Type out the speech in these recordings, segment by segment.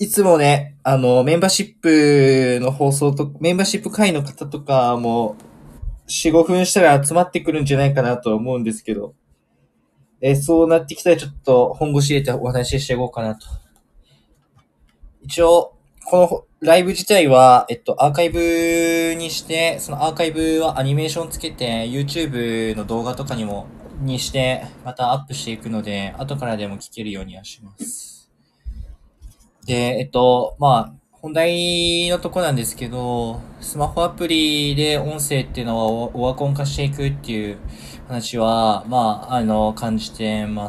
いつもね、メンバーシップの放送と、メンバーシップ会の方とかも、4、5分したら集まってくるんじゃないかなと思うんですけど、そうなってきたらちょっと本腰入れてお話ししていこうかなと。一応、このライブ自体は、アーカイブにして、そのアーカイブはアニメーションつけて、YouTube の動画とかにも、にして、またアップしていくので、後からでも聞けるようにはします。で、本題のとこなんですけど、スマホアプリで音声っていうのはオワコン化していくっていう話は、感じてます。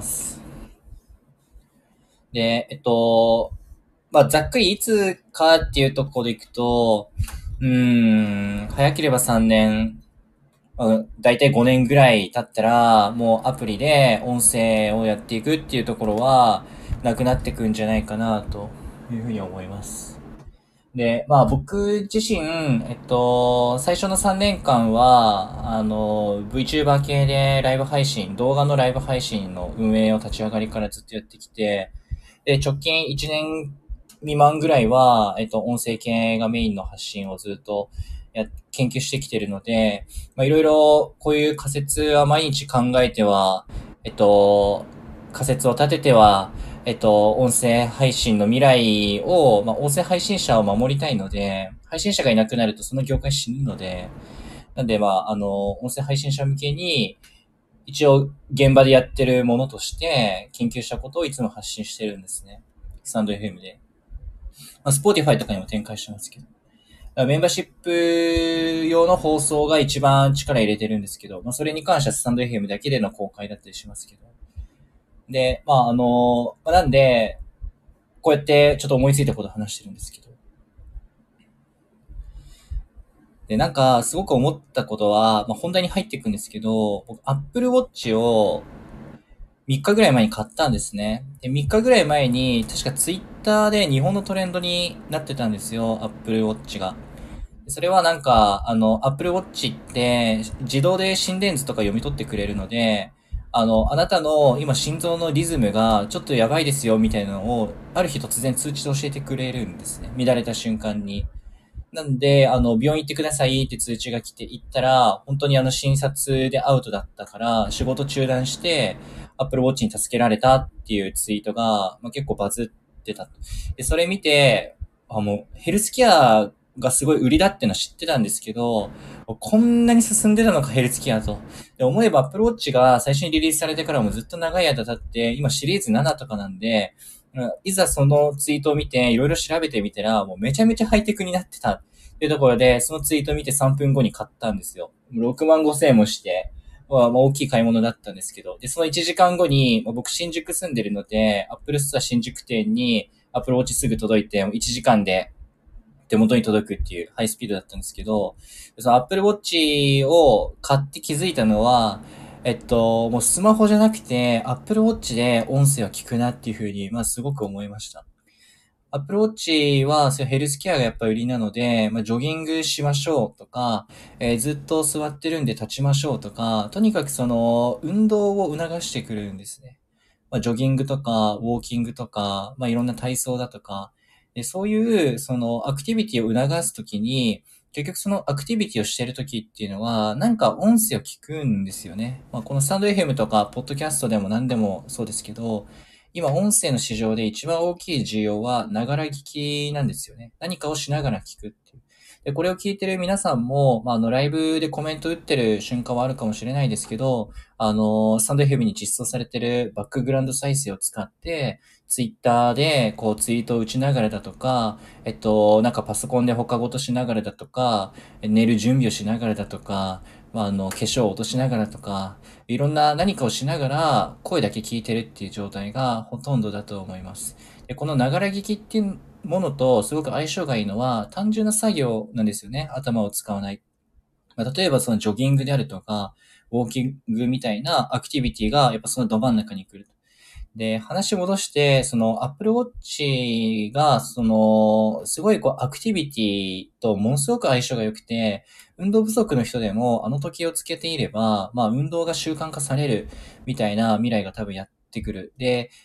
で、ざっくりいつかっていうところでいくと、早ければ3年、だいたい5年ぐらい経ったら、もうアプリで音声をやっていくっていうところは、なくなってくんじゃないかな、というふうに思います。で、僕自身、最初の3年間は、VTuber 系でライブ配信、動画のライブ配信の運営を立ち上がりからずっとやってきて、で、直近1年未満ぐらいは、音声系がメインの発信をずっと研究してきてるので、いろいろこういう仮説は毎日考えては、仮説を立てては、音声配信の未来を、音声配信者を守りたいので、配信者がいなくなるとその業界死ぬので、なんで、音声配信者向けに、一応現場でやってるものとして研究したことをいつも発信してるんですね。スタンド FM で。スポーティファイとかにも展開してますけど。メンバーシップ用の放送が一番力入れてるんですけど、それに関してはスタンド FM だけでの公開だったりしますけど。で、なんで、こうやってちょっと思いついたことを話してるんですけど。で、すごく思ったことは、本題に入っていくんですけど、僕、Apple Watch を3日ぐらい前に買ったんですね。で、3日ぐらい前に、確かツイッターで日本のトレンドになってたんですよ、Apple Watch が。それはApple Watch って自動で心電図とか読み取ってくれるので、あなたの今心臓のリズムがちょっとやばいですよみたいなのを、ある日突然通知で教えてくれるんですね。乱れた瞬間に。なんで、病院行ってくださいって通知が来て行ったら、本当に診察でアウトだったから、仕事中断して、Apple Watch に助けられたっていうツイートが、結構バズってた。で、それ見て、もう、ヘルスケアがすごい売りだってのは知ってたんですけど、こんなに進んでたのか、ヘルスケアと。で、思えば Apple Watch が最初にリリースされてからもずっと長い間経って、今シリーズ7とかなんで、いざそのツイートを見て、いろいろ調べてみたら、もうめちゃめちゃハイテクになってたっていうところで、そのツイートを見て3分後に買ったんですよ。6万5千円もして、大きい買い物だったんですけど、で、その1時間後に、僕新宿住んでるので、アップルストア新宿店にアップルウォッチすぐ届いて、1時間で手元に届くっていうハイスピードだったんですけど、そのアップルウォッチを買って気づいたのは、もうスマホじゃなくて、アップルウォッチで音声を聞くなっていうふうに、すごく思いました。アップルウォッチは、そういうヘルスケアがやっぱり売りなので、ジョギングしましょうとか、ずっと座ってるんで立ちましょうとか、とにかくその、運動を促してくるんですね。ジョギングとか、ウォーキングとか、いろんな体操だとか、でそういう、その、アクティビティを促すときに、結局そのアクティビティをしているときっていうのは、音声を聞くんですよね。このスタンド FM とか、ポッドキャストでも何でもそうですけど、今、音声の市場で一番大きい需要は、ながら聞きなんですよね。何かをしながら聞くっていう。で、これを聞いてる皆さんも、ライブでコメント打ってる瞬間はあるかもしれないですけど、スタンド FM に実装されてるバックグラウンド再生を使って、ツイッターでこうツイートを打ちながらだとか、パソコンで他事しながらだとか、寝る準備をしながらだとか、化粧を落としながらとか、いろんな何かをしながら声だけ聞いてるっていう状態がほとんどだと思います。で、このながら聞きっていうものとすごく相性がいいのは単純な作業なんですよね。頭を使わない。例えばそのジョギングであるとか、ウォーキングみたいなアクティビティがやっぱそのど真ん中に来る。で、話戻して、その Apple Watch が、すごいアクティビティとものすごく相性が良くて、運動不足の人でもあの時計をつけていれば、運動が習慣化されるみたいな未来が多分やってくる。で、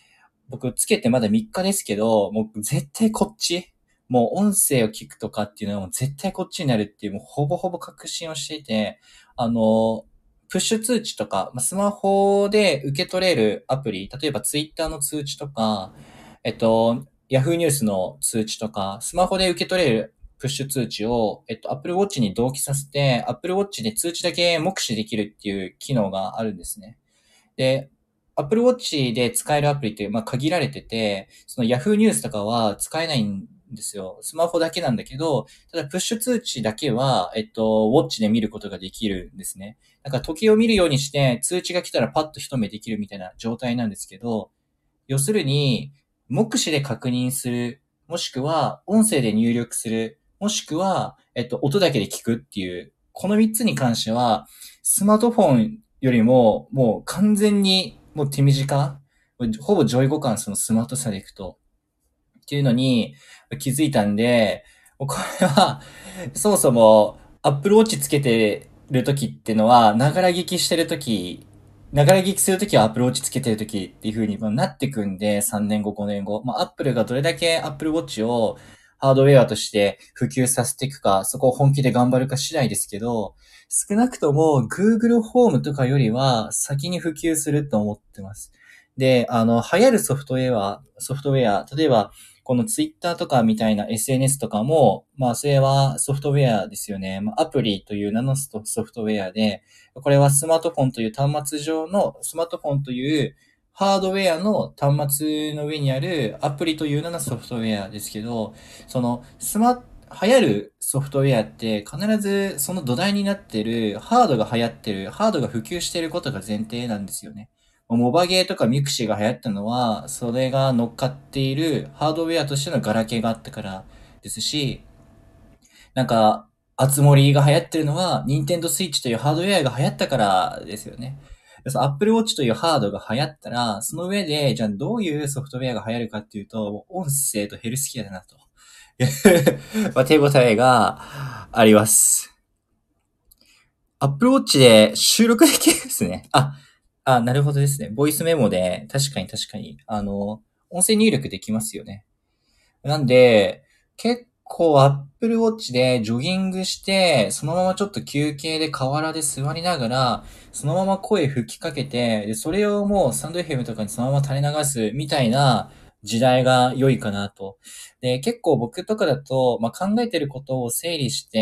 僕つけてまだ3日ですけど、もう絶対こっち。もう音声を聞くとかっていうのはもう絶対こっちになるっていう、もうほぼほぼ確信をしていて、あの、プッシュ通知とか、スマホで受け取れるアプリ、例えばツイッターの通知とか、ヤフーニュースの通知とか、スマホで受け取れるプッシュ通知を、Apple Watch に同期させて、Apple Watch で通知だけ目視できるっていう機能があるんですね。で、Apple Watch で使えるアプリって、限られてて、その Yahoo ニュースとかは使えないんですよ。スマホだけなんだけど、ただプッシュ通知だけは、ウォッチで見ることができるんですね。だから時計を見るようにして通知が来たらパッと一目できるみたいな状態なんですけど、要するに、目視で確認する、もしくは音声で入力する、もしくは、音だけで聞くっていう、この3つに関しては、スマートフォンよりも、もう完全に、もう手短、ほぼ上位互換そのスマートさでいくと、っていうのに気づいたんで、これは、そもそも、Apple Watch つけてる時ってのは、ながら聞きしてる時、ながら聞きするときは Apple Watch つけてる時っていう風になってくんで、3年後、5年後。Apple がどれだけ Apple Watch をハードウェアとして普及させていくか、そこを本気で頑張るか次第ですけど、少なくとも Google ホームとかよりは先に普及すると思ってます。で、流行るソフトウェア、例えば、このツイッターとかみたいな SNS とかも、それはソフトウェアですよね。アプリという名のソフトウェアで、これはスマートフォンという端末上の、スマートフォンというハードウェアの端末の上にあるアプリという名のソフトウェアですけど、その流行るソフトウェアって必ずその土台になってるハードが流行ってる、ハードが普及していることが前提なんですよね。モバゲーとかミクシーが流行ったのは、それが乗っかっているハードウェアとしてのガラケーがあったからですし、なんか、あつ森が流行ってるのは、ニンテンドスイッチというハードウェアが流行ったからですよね。その Apple Watch というハードが流行ったら、その上で、じゃあどういうソフトウェアが流行るかっていうと、音声とヘルスケアだなと。手応えがあります。Apple Watch で収録できるんですね。なるほどですね。ボイスメモで、確かに、音声入力できますよね。なんで、結構 Apple Watch でジョギングして、そのままちょっと休憩で河原で座りながら、そのまま声吹きかけて、で、それをもうサンド FM とかにそのまま垂れ流すみたいな時代が良いかなと。で、結構僕とかだと、考えてることを整理して、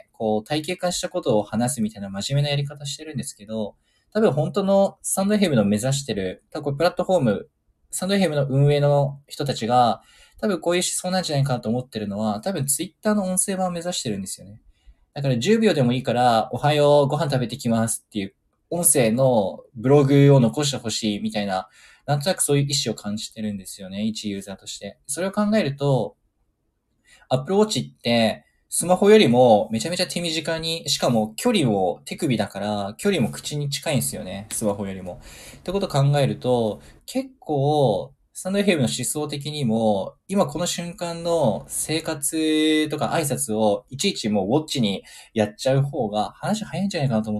こう体系化したことを話すみたいな真面目なやり方してるんですけど、多分本当のサンド FM の目指してる、多分これプラットフォーム、サンド FM の運営の人たちが、多分こういう思想なんじゃないかなと思ってるのは、多分ツイッターの音声版を目指してるんですよね。だから10秒でもいいから、おはよう、ご飯食べてきますっていう音声のブログを残してほしいみたいな、なんとなくそういう意思を感じてるんですよね。一ユーザーとして。それを考えると、Apple Watch ってスマホよりもめちゃめちゃ手短に、しかも距離を手首だから距離も口に近いんですよね。スマホよりも。ってことを考えると、結構、スタンド FM の思想的にも、今この瞬間の生活とか挨拶をいちいちもうウォッチにやっちゃう方が話早いんじゃないかなと思って、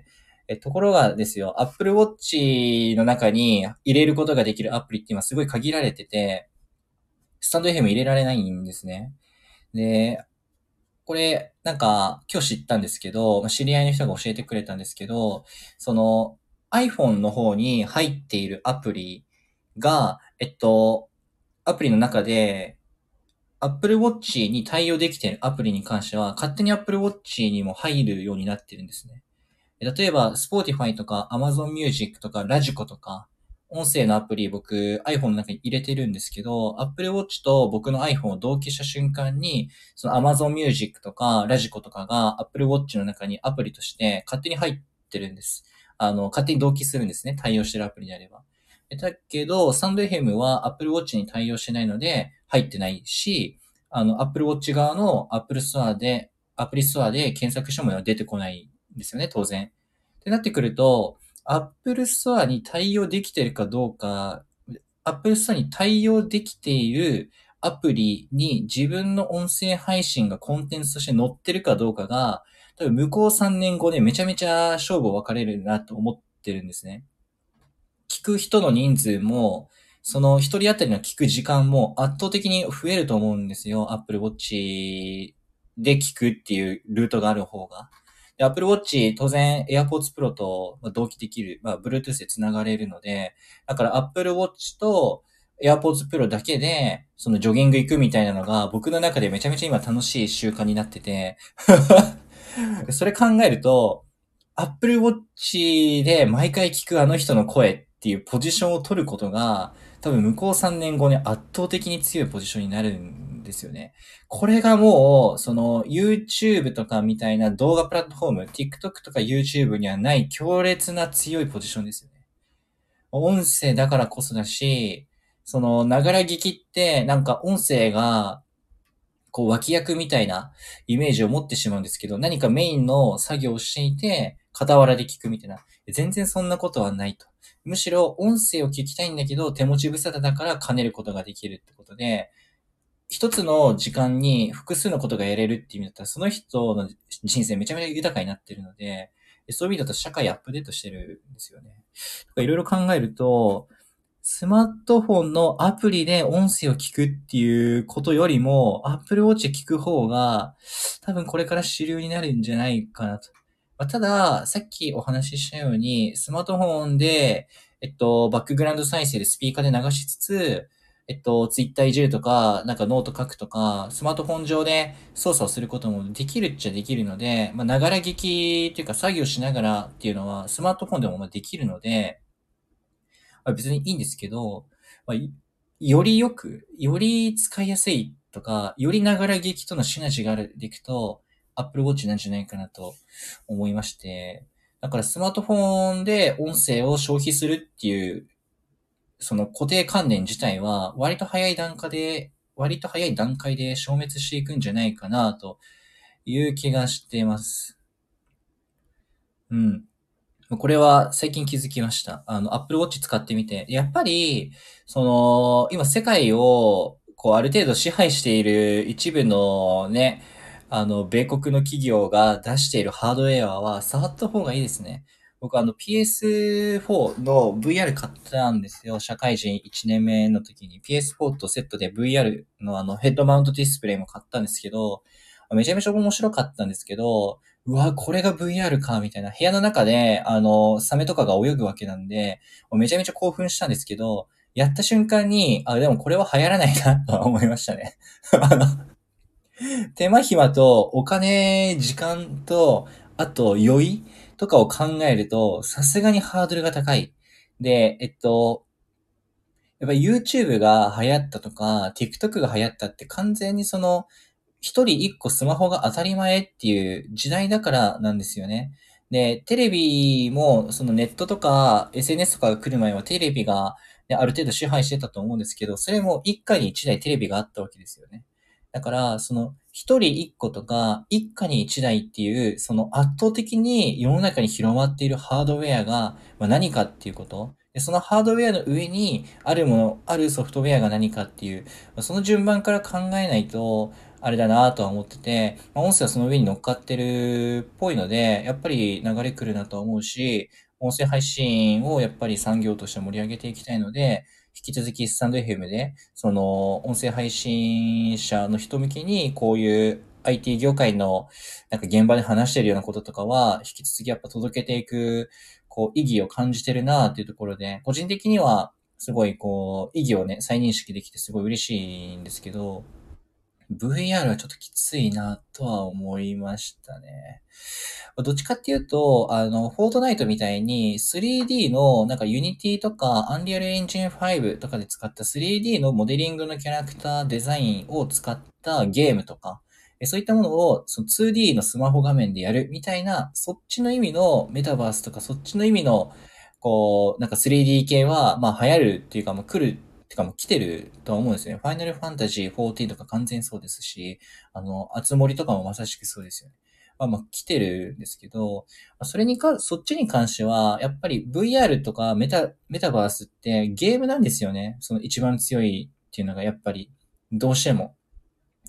ところがですよ、Apple Watch の中に入れることができるアプリって今すごい限られてて、スタンド FM 入れられないんですね。で、これ、今日知ったんですけど、知り合いの人が教えてくれたんですけど、その iPhone の方に入っているアプリが、アプリの中で Apple Watch に対応できているアプリに関しては、勝手に Apple Watch にも入るようになってるんですね。例えば、Spotify とか Amazon Music とかラジコとか、音声のアプリ僕 iPhone の中に入れてるんですけど、Apple Watch と僕の iPhone を同期した瞬間に、その Amazon Music とかラジコとかが Apple Watch の中にアプリとして勝手に入ってるんです。勝手に同期するんですね。対応してるアプリであれば。だけど、サンド FM は Apple Watch に対応してないので入ってないし、Apple Watch 側の Apple Store で、アプリストアで検索しても出てこないんですよね、当然。ってなってくると、Apple Store に対応できているかどうか、Apple Store に対応できているアプリに自分の音声配信がコンテンツとして載ってるかどうかが、多分向こう3年後でめちゃめちゃ勝負を分かれるなと思ってるんですね。聞く人の人数もその一人当たりの聞く時間も圧倒的に増えると思うんですよ。Apple Watch で聞くっていうルートがある方が。で、Apple Watch 当然 AirPods Pro と同期できる、Bluetooth で繋がれるので、だから Apple Watch と AirPods Pro だけで、そのジョギング行くみたいなのが僕の中でめちゃめちゃ今楽しい習慣になってて、それ考えると、Apple Watch で毎回聞くあの人の声っていうポジションを取ることが、多分向こう3年後に圧倒的に強いポジションになるんですよね。これがもう、その YouTube とかみたいな動画プラットフォーム、TikTok とか YouTube にはない強烈な強いポジションですよね。音声だからこそだし、その、ながら聞きってなんか音声がこう脇役みたいなイメージを持ってしまうんですけど、何かメインの作業をしていて、傍らで聞くみたいな。全然そんなことはないと。むしろ音声を聞きたいんだけど、手持ち無沙汰だから兼ねることができるってことで、一つの時間に複数のことがやれるっていう意味だったら、その人の人生めちゃめちゃ豊かになってるので、そういう意味だと社会アップデートしてるんですよね。いろいろ考えると、スマートフォンのアプリで音声を聞くっていうことよりも、Apple Watch で聞く方が、多分これから主流になるんじゃないかなと。ただ、さっきお話ししたように、スマートフォンで、バックグラウンド再生でスピーカーで流しつつ、ツイッターいじるとか、なんかノート書くとか、スマートフォン上で操作をすることもできるっちゃできるので、ながら聞きっていうか作業しながらっていうのは、スマートフォンでもできるので、別にいいんですけど、よりよく、より使いやすいとか、よりながら劇とのシナジーがあるでいくと、Apple Watch なんじゃないかなと思いまして、だからスマートフォンで音声を消費するっていう、その固定観念自体は、割と早い段階で消滅していくんじゃないかなという気がしています。うん。これは最近気づきました。Apple Watch 使ってみて。やっぱり、その、今世界を、こう、ある程度支配している一部のね、米国の企業が出しているハードウェアは触った方がいいですね。僕PS4 の VR 買ったんですよ。社会人1年目の時に PS4 とセットで VR のヘッドマウントディスプレイも買ったんですけど、めちゃめちゃ面白かったんですけど、うわ、これが VR か、みたいな。部屋の中で、サメとかが泳ぐわけなんで、めちゃめちゃ興奮したんですけど、やった瞬間に、でもこれは流行らないな、とは思いましたね。あの、手間暇とお金、時間と、あと余裕とかを考えると、さすがにハードルが高い。で、やっぱ YouTube が流行ったとか、TikTok が流行ったって完全にその、一人一個スマホが当たり前っていう時代だからなんですよね。で、テレビも、そのネットとか SNS とかが来る前はテレビが、ね、ある程度支配してたと思うんですけど、それも一家に一台テレビがあったわけですよね。だから、その一人一個とか一家に一台っていう、その圧倒的に世の中に広まっているハードウェアが何かっていうこと。で、そのハードウェアの上にあるもの、あるソフトウェアが何かっていう、その順番から考えないと、あれだなとは思ってて、音声はその上に乗っかってるっぽいので、やっぱり流れ来るなと思うし、音声配信をやっぱり産業として盛り上げていきたいので、引き続きスタンド FM で、その音声配信者の人向けにこういう IT 業界のなんか現場で話してるようなこととかは、引き続きやっぱ届けていく、こう意義を感じてるなっていうところで、個人的にはすごいこう意義をね、再認識できてすごい嬉しいんですけど、VR はちょっときついなとは思いましたね。どっちかっていうと、フォートナイトみたいに 3D のなんか Unity とか Unreal Engine 5とかで使った 3D のモデリングのキャラクターデザインを使ったゲームとか、そういったものをその 2D のスマホ画面でやるみたいな、そっちの意味のメタバースとかそっちの意味のこう、なんか 3D 系は、流行るっていうか、来るてかもう来てるとは思うんですよね。ファイナルファンタジー14とか完全そうですし、あつ森とかもまさしくそうですよね。来てるんですけど、そっちに関しては、やっぱり VR とかメタバースってゲームなんですよね。その一番強いっていうのがやっぱり、どうしても。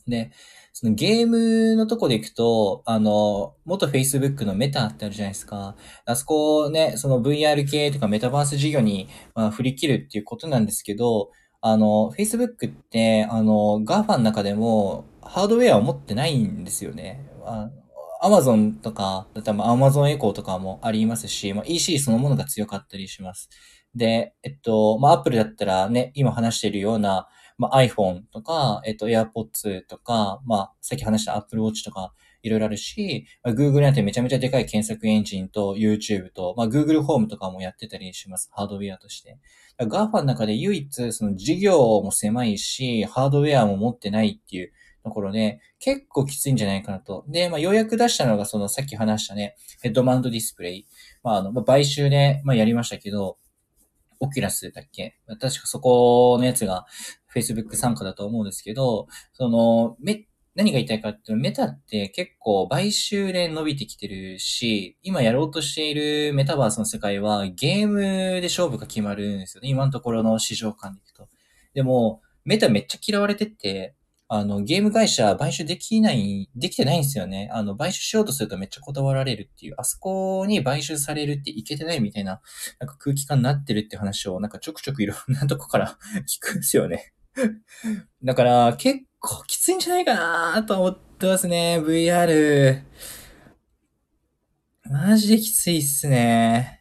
で、そのゲームのとこで行くと、元 Facebook のメタってあるじゃないですか。あそこをね、その VR 系とかメタバース事業に、振り切るっていうことなんですけど、Facebook って、GAFA の中でもハードウェアを持ってないんですよね。Amazon とか、だったらAmazon エコーとかもありますし、EC そのものが強かったりします。で、Apple だったらね、今話しているような、iPhone とか、AirPods とか、さっき話した Apple Watch とか、いろいろあるし、Google なんてめちゃめちゃでかい検索エンジンと YouTube と、Google ホームとかもやってたりします。ハードウェアとして。GAFA の中で唯一、その事業も狭いし、ハードウェアも持ってないっていうところで、結構きついんじゃないかなと。で、ようやく出したのが、そのさっき話したね、ヘッドマウントディスプレイ。買収で、やりましたけど、オキュラスだっけ確かそこのやつが Facebook 参加だと思うんですけど、何が言いたいかっていうと、メタって結構買収で伸びてきてるし、今やろうとしているメタバースの世界はゲームで勝負が決まるんですよね。今のところの市場感でいくと。でも、メタめっちゃ嫌われてて、ゲーム会社買収できてないんですよね。買収しようとするとめっちゃ断られるっていう、あそこに買収されるっていけてないみたいな、なんか空気感になってるって話を、なんかちょくちょくいろんなとこから聞くんですよね。だから結構きついんじゃないかなと思ってますね。VR。マジできついっすね。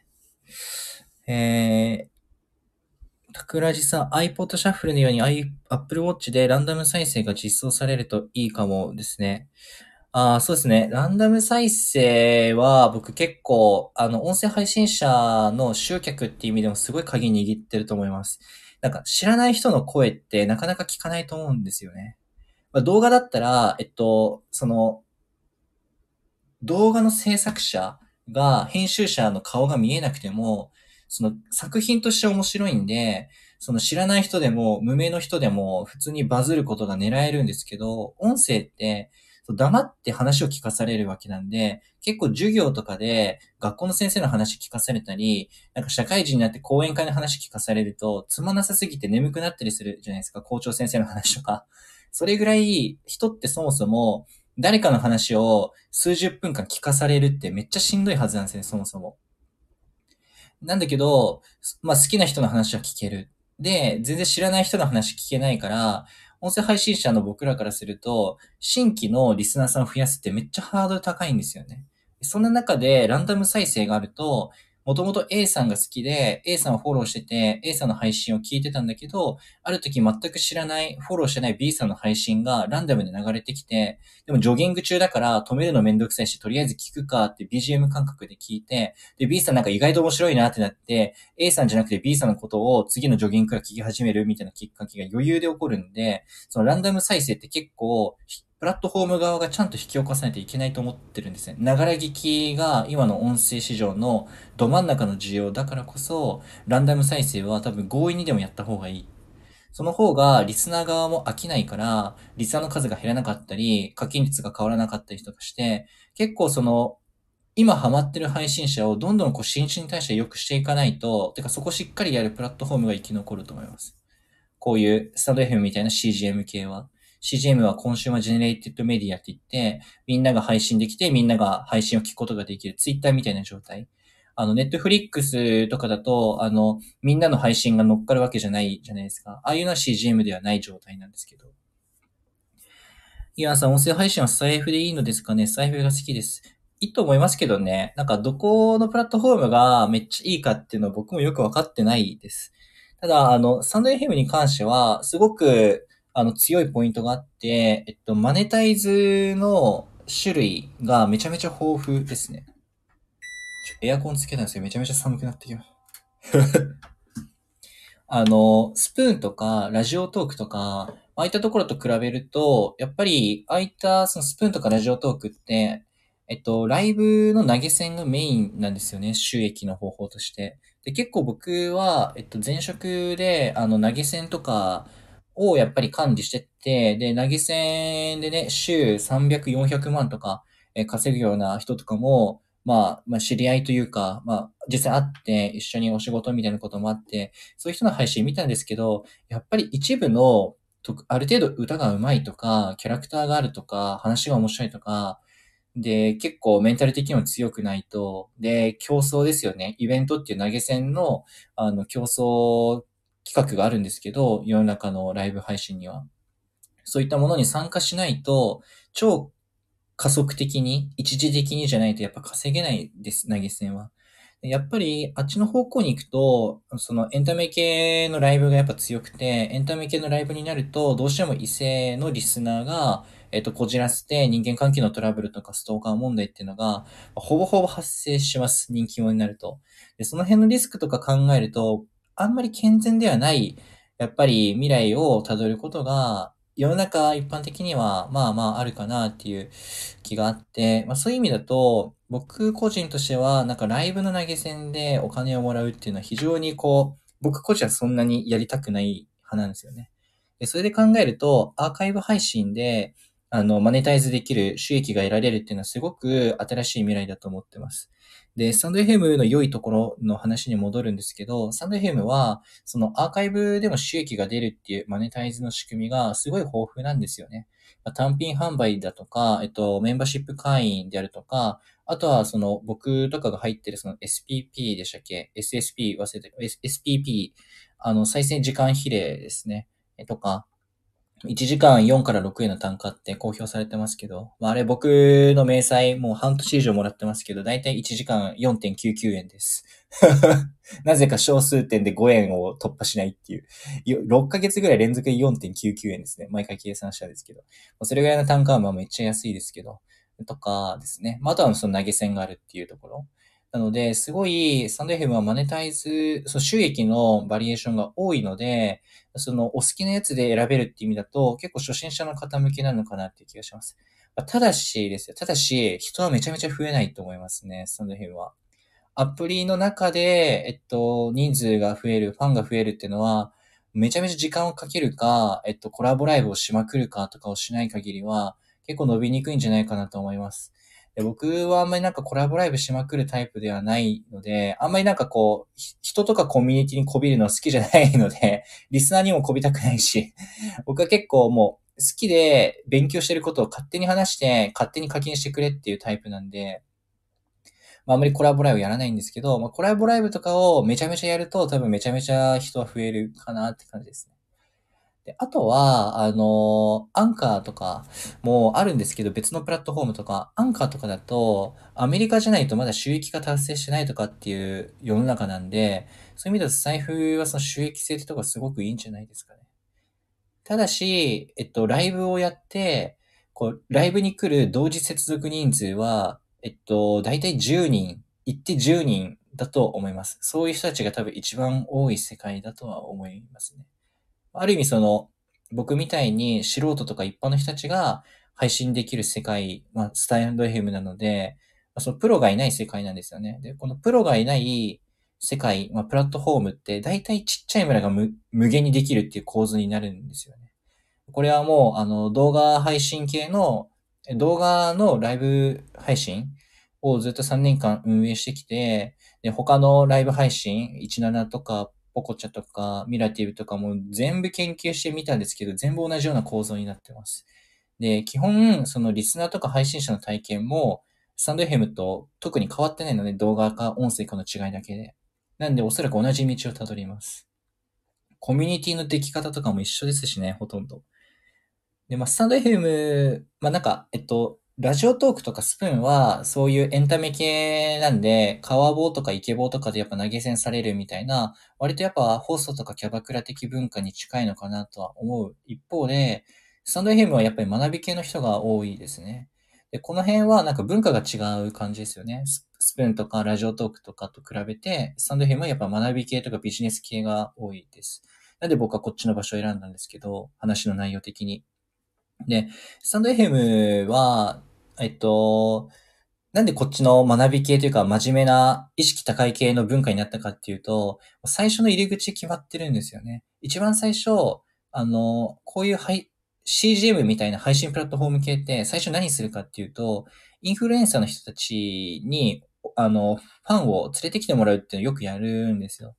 タクラジさん、iPod シャッフルのように Apple Watch でランダム再生が実装されるといいかもですね。そうですね。ランダム再生は僕結構、音声配信者の集客っていう意味でもすごい鍵握ってると思います。なんか知らない人の声ってなかなか聞かないと思うんですよね。動画だったら、その動画の制作者が編集者の顔が見えなくても、その作品として面白いんで、その知らない人でも無名の人でも普通にバズることが狙えるんですけど、音声って黙って話を聞かされるわけなんで、結構授業とかで学校の先生の話聞かされたり、なんか社会人になって講演会の話聞かされると、つまなさすぎて眠くなったりするじゃないですか、校長先生の話とか。それぐらい人ってそもそも誰かの話を数十分間聞かされるってめっちゃしんどいはずなんですね、そもそも。なんだけど、好きな人の話は聞ける。で、全然知らない人の話聞けないから、音声配信者の僕らからすると、新規のリスナーさんを増やすってめっちゃハードル高いんですよね。そんな中でランダム再生があると、もともと A さんが好きで、A さんをフォローしてて、A さんの配信を聞いてたんだけど、ある時全く知らない、フォローしてない B さんの配信がランダムで流れてきて、でもジョギング中だから止めるのめんどくさいし、とりあえず聞くかって BGM 感覚で聞いて、で、B さんなんか意外と面白いなってなって、A さんじゃなくて B さんのことを次のジョギングから聞き始めるみたいなきっかけが余裕で起こるんで、そのランダム再生って結構、プラットフォーム側がちゃんと引き起こさないといけないと思ってるんですね。ながら聞きが今の音声市場のど真ん中の需要だからこそ、ランダム再生は多分強引にでもやった方がいい。その方がリスナー側も飽きないから、リスナーの数が減らなかったり、課金率が変わらなかったりとかして、結構今ハマってる配信者をどんどん新陳代謝良くしていかないと、てかそこしっかりやるプラットフォームが生き残ると思います。こういうスタンド FM みたいな CGM 系は。CGM はコンシューマージェネレイティッドメディアって言って、みんなが配信できて、みんなが配信を聞くことができる Twitter みたいな状態。ネットフリックスとかだと、みんなの配信が乗っかるわけじゃないじゃないですか。ああいうのは CGM ではない状態なんですけど。イワンさん、音声配信はスタイフでいいのですかね？スタイフが好きです。いいと思いますけどね。なんか、どこのプラットフォームがめっちゃいいかっていうのは僕もよくわかってないです。ただ、スタンド FM に関しては、すごく、強いポイントがあって、マネタイズの種類がめちゃめちゃ豊富ですね。エアコンつけたんですよ。めちゃめちゃ寒くなってきました。スプーンとか、ラジオトークとか、ああいったところと比べると、やっぱり、ああいったそのスプーンとかラジオトークって、ライブの投げ銭がメインなんですよね。収益の方法として。で、結構僕は、前職で、投げ銭とかをやっぱり管理してって、で、投げ銭でね、週300、400万とか、稼ぐような人とかも、知り合いというか、実際会って一緒にお仕事みたいなこともあって、そういう人の配信見たんですけど、やっぱり一部のある程度歌が上手いとか、キャラクターがあるとか、話が面白いとか、で、結構メンタル的にも強くないと、で、競争ですよね。イベントっていう投げ銭の、競争企画があるんですけど、世の中のライブ配信には。そういったものに参加しないと、超加速的に、一時的にじゃないとやっぱ稼げないです、投げ銭は。やっぱり、あっちの方向に行くと、そのエンタメ系のライブがやっぱ強くて、エンタメ系のライブになると、どうしても異性のリスナーが、こじらせて人間関係のトラブルとかストーカー問題っていうのが、ほぼほぼ発生します。人気者になると。で、その辺のリスクとか考えると、あんまり健全ではない、やっぱり未来をたどることが、世の中一般的には、まあまああるかなっていう気があって、まあそういう意味だと、僕個人としては、なんかライブの投げ銭でお金をもらうっていうのは非常に僕個人はそんなにやりたくない派なんですよね。で、それで考えると、アーカイブ配信で、マネタイズできる収益が得られるっていうのはすごく新しい未来だと思ってます。で、スタンド FM の良いところの話に戻るんですけど、スタンド FM は、そのアーカイブでも収益が出るっていうマネタイズの仕組みがすごい豊富なんですよね。単品販売だとか、メンバーシップ会員であるとか、あとはその僕とかが入ってるその SPP でしたっけ？ SSP 忘れてる。SPP、再生時間比例ですね。とか、1時間4から6円の単価って公表されてますけど、まあ、あれ僕の明細もう半年以上もらってますけど、だいたい1時間4.99円です。なぜか小数点で5円を突破しないっていう。6ヶ月ぐらい連続で4.99円ですね。毎回計算したんですけど。それぐらいの単価はまあめっちゃ安いですけど。とかですね。まあ、あとはその投げ銭があるっていうところ。なので、すごい、サンド FM はマネタイズ、収益のバリエーションが多いので、そのお好きなやつで選べるっていう意味だと、結構初心者の方向けなのかなっていう気がします。ただしですよ。ただし、人はめちゃめちゃ増えないと思いますね、スタンド FM は。アプリの中で、人数が増える、ファンが増えるっていうのは、めちゃめちゃ時間をかけるか、コラボライブをしまくるかとかをしない限りは、結構伸びにくいんじゃないかなと思います。で僕はあんまりなんかコラボライブしまくるタイプではないので、あんまりなんか人とかコミュニティにこびるの好きじゃないので、リスナーにもこびたくないし、僕は結構もう好きで勉強してることを勝手に話して、勝手に課金してくれっていうタイプなんで、まあ、あまりコラボライブやらないんですけど、まあ、コラボライブとかをめちゃめちゃやると多分めちゃめちゃ人は増えるかなって感じですね。で、あとは、アンカーとかもあるんですけど、別のプラットフォームとか、アンカーとかだと、アメリカじゃないとまだ収益が達成してないとかっていう世の中なんで、そういう意味では財布はその収益性とかすごくいいんじゃないですかね。ただし、ライブをやって、ライブに来る同時接続人数は、だいたい10人、行って10人だと思います。そういう人たちが多分一番多い世界だとは思いますね。ある意味僕みたいに素人とか一般の人たちが配信できる世界、まあ、スタンド FM なので、まあそのプロがいない世界なんですよね。で、このプロがいない世界、まあ、プラットフォームって、だいたいちっちゃい村が無限にできるっていう構図になるんですよね。これはもう、動画配信系の、動画のライブ配信をずっと3年間運営してきて、で、他のライブ配信、17とか、ポコチャとか、ミラティブとかも全部研究してみたんですけど、全部同じような構造になってます。で、基本、そのリスナーとか配信者の体験も、スタンド FM と特に変わってないので、動画か音声かの違いだけで。なんで、おそらく同じ道をたどります。コミュニティの出来方とかも一緒ですしね、ほとんど。で、まあ、スタンド FM、まあ、なんか、ラジオトークとかスプーンは、そういうエンタメ系なんで、川棒とかイケボとかでやっぱ投げ銭されるみたいな、割とやっぱ放送とかキャバクラ的文化に近いのかなとは思う一方で、スタンド FM はやっぱり学び系の人が多いですね。で、この辺はなんか文化が違う感じですよね。スプーンとかラジオトークとかと比べて、スタンド FM はやっぱ学び系とかビジネス系が多いです。なんで僕はこっちの場所を選んだんですけど、話の内容的に。で、スタンド FM は、えっと、なんでこっちの学び系というか真面目な意識高い系の文化になったかっていうと、最初の入り口決まってるんですよね。一番最初、こういうCGM みたいな配信プラットフォーム系って最初何するかっていうと、インフルエンサーの人たちに、ファンを連れてきてもらうっていうのをよくやるんですよ。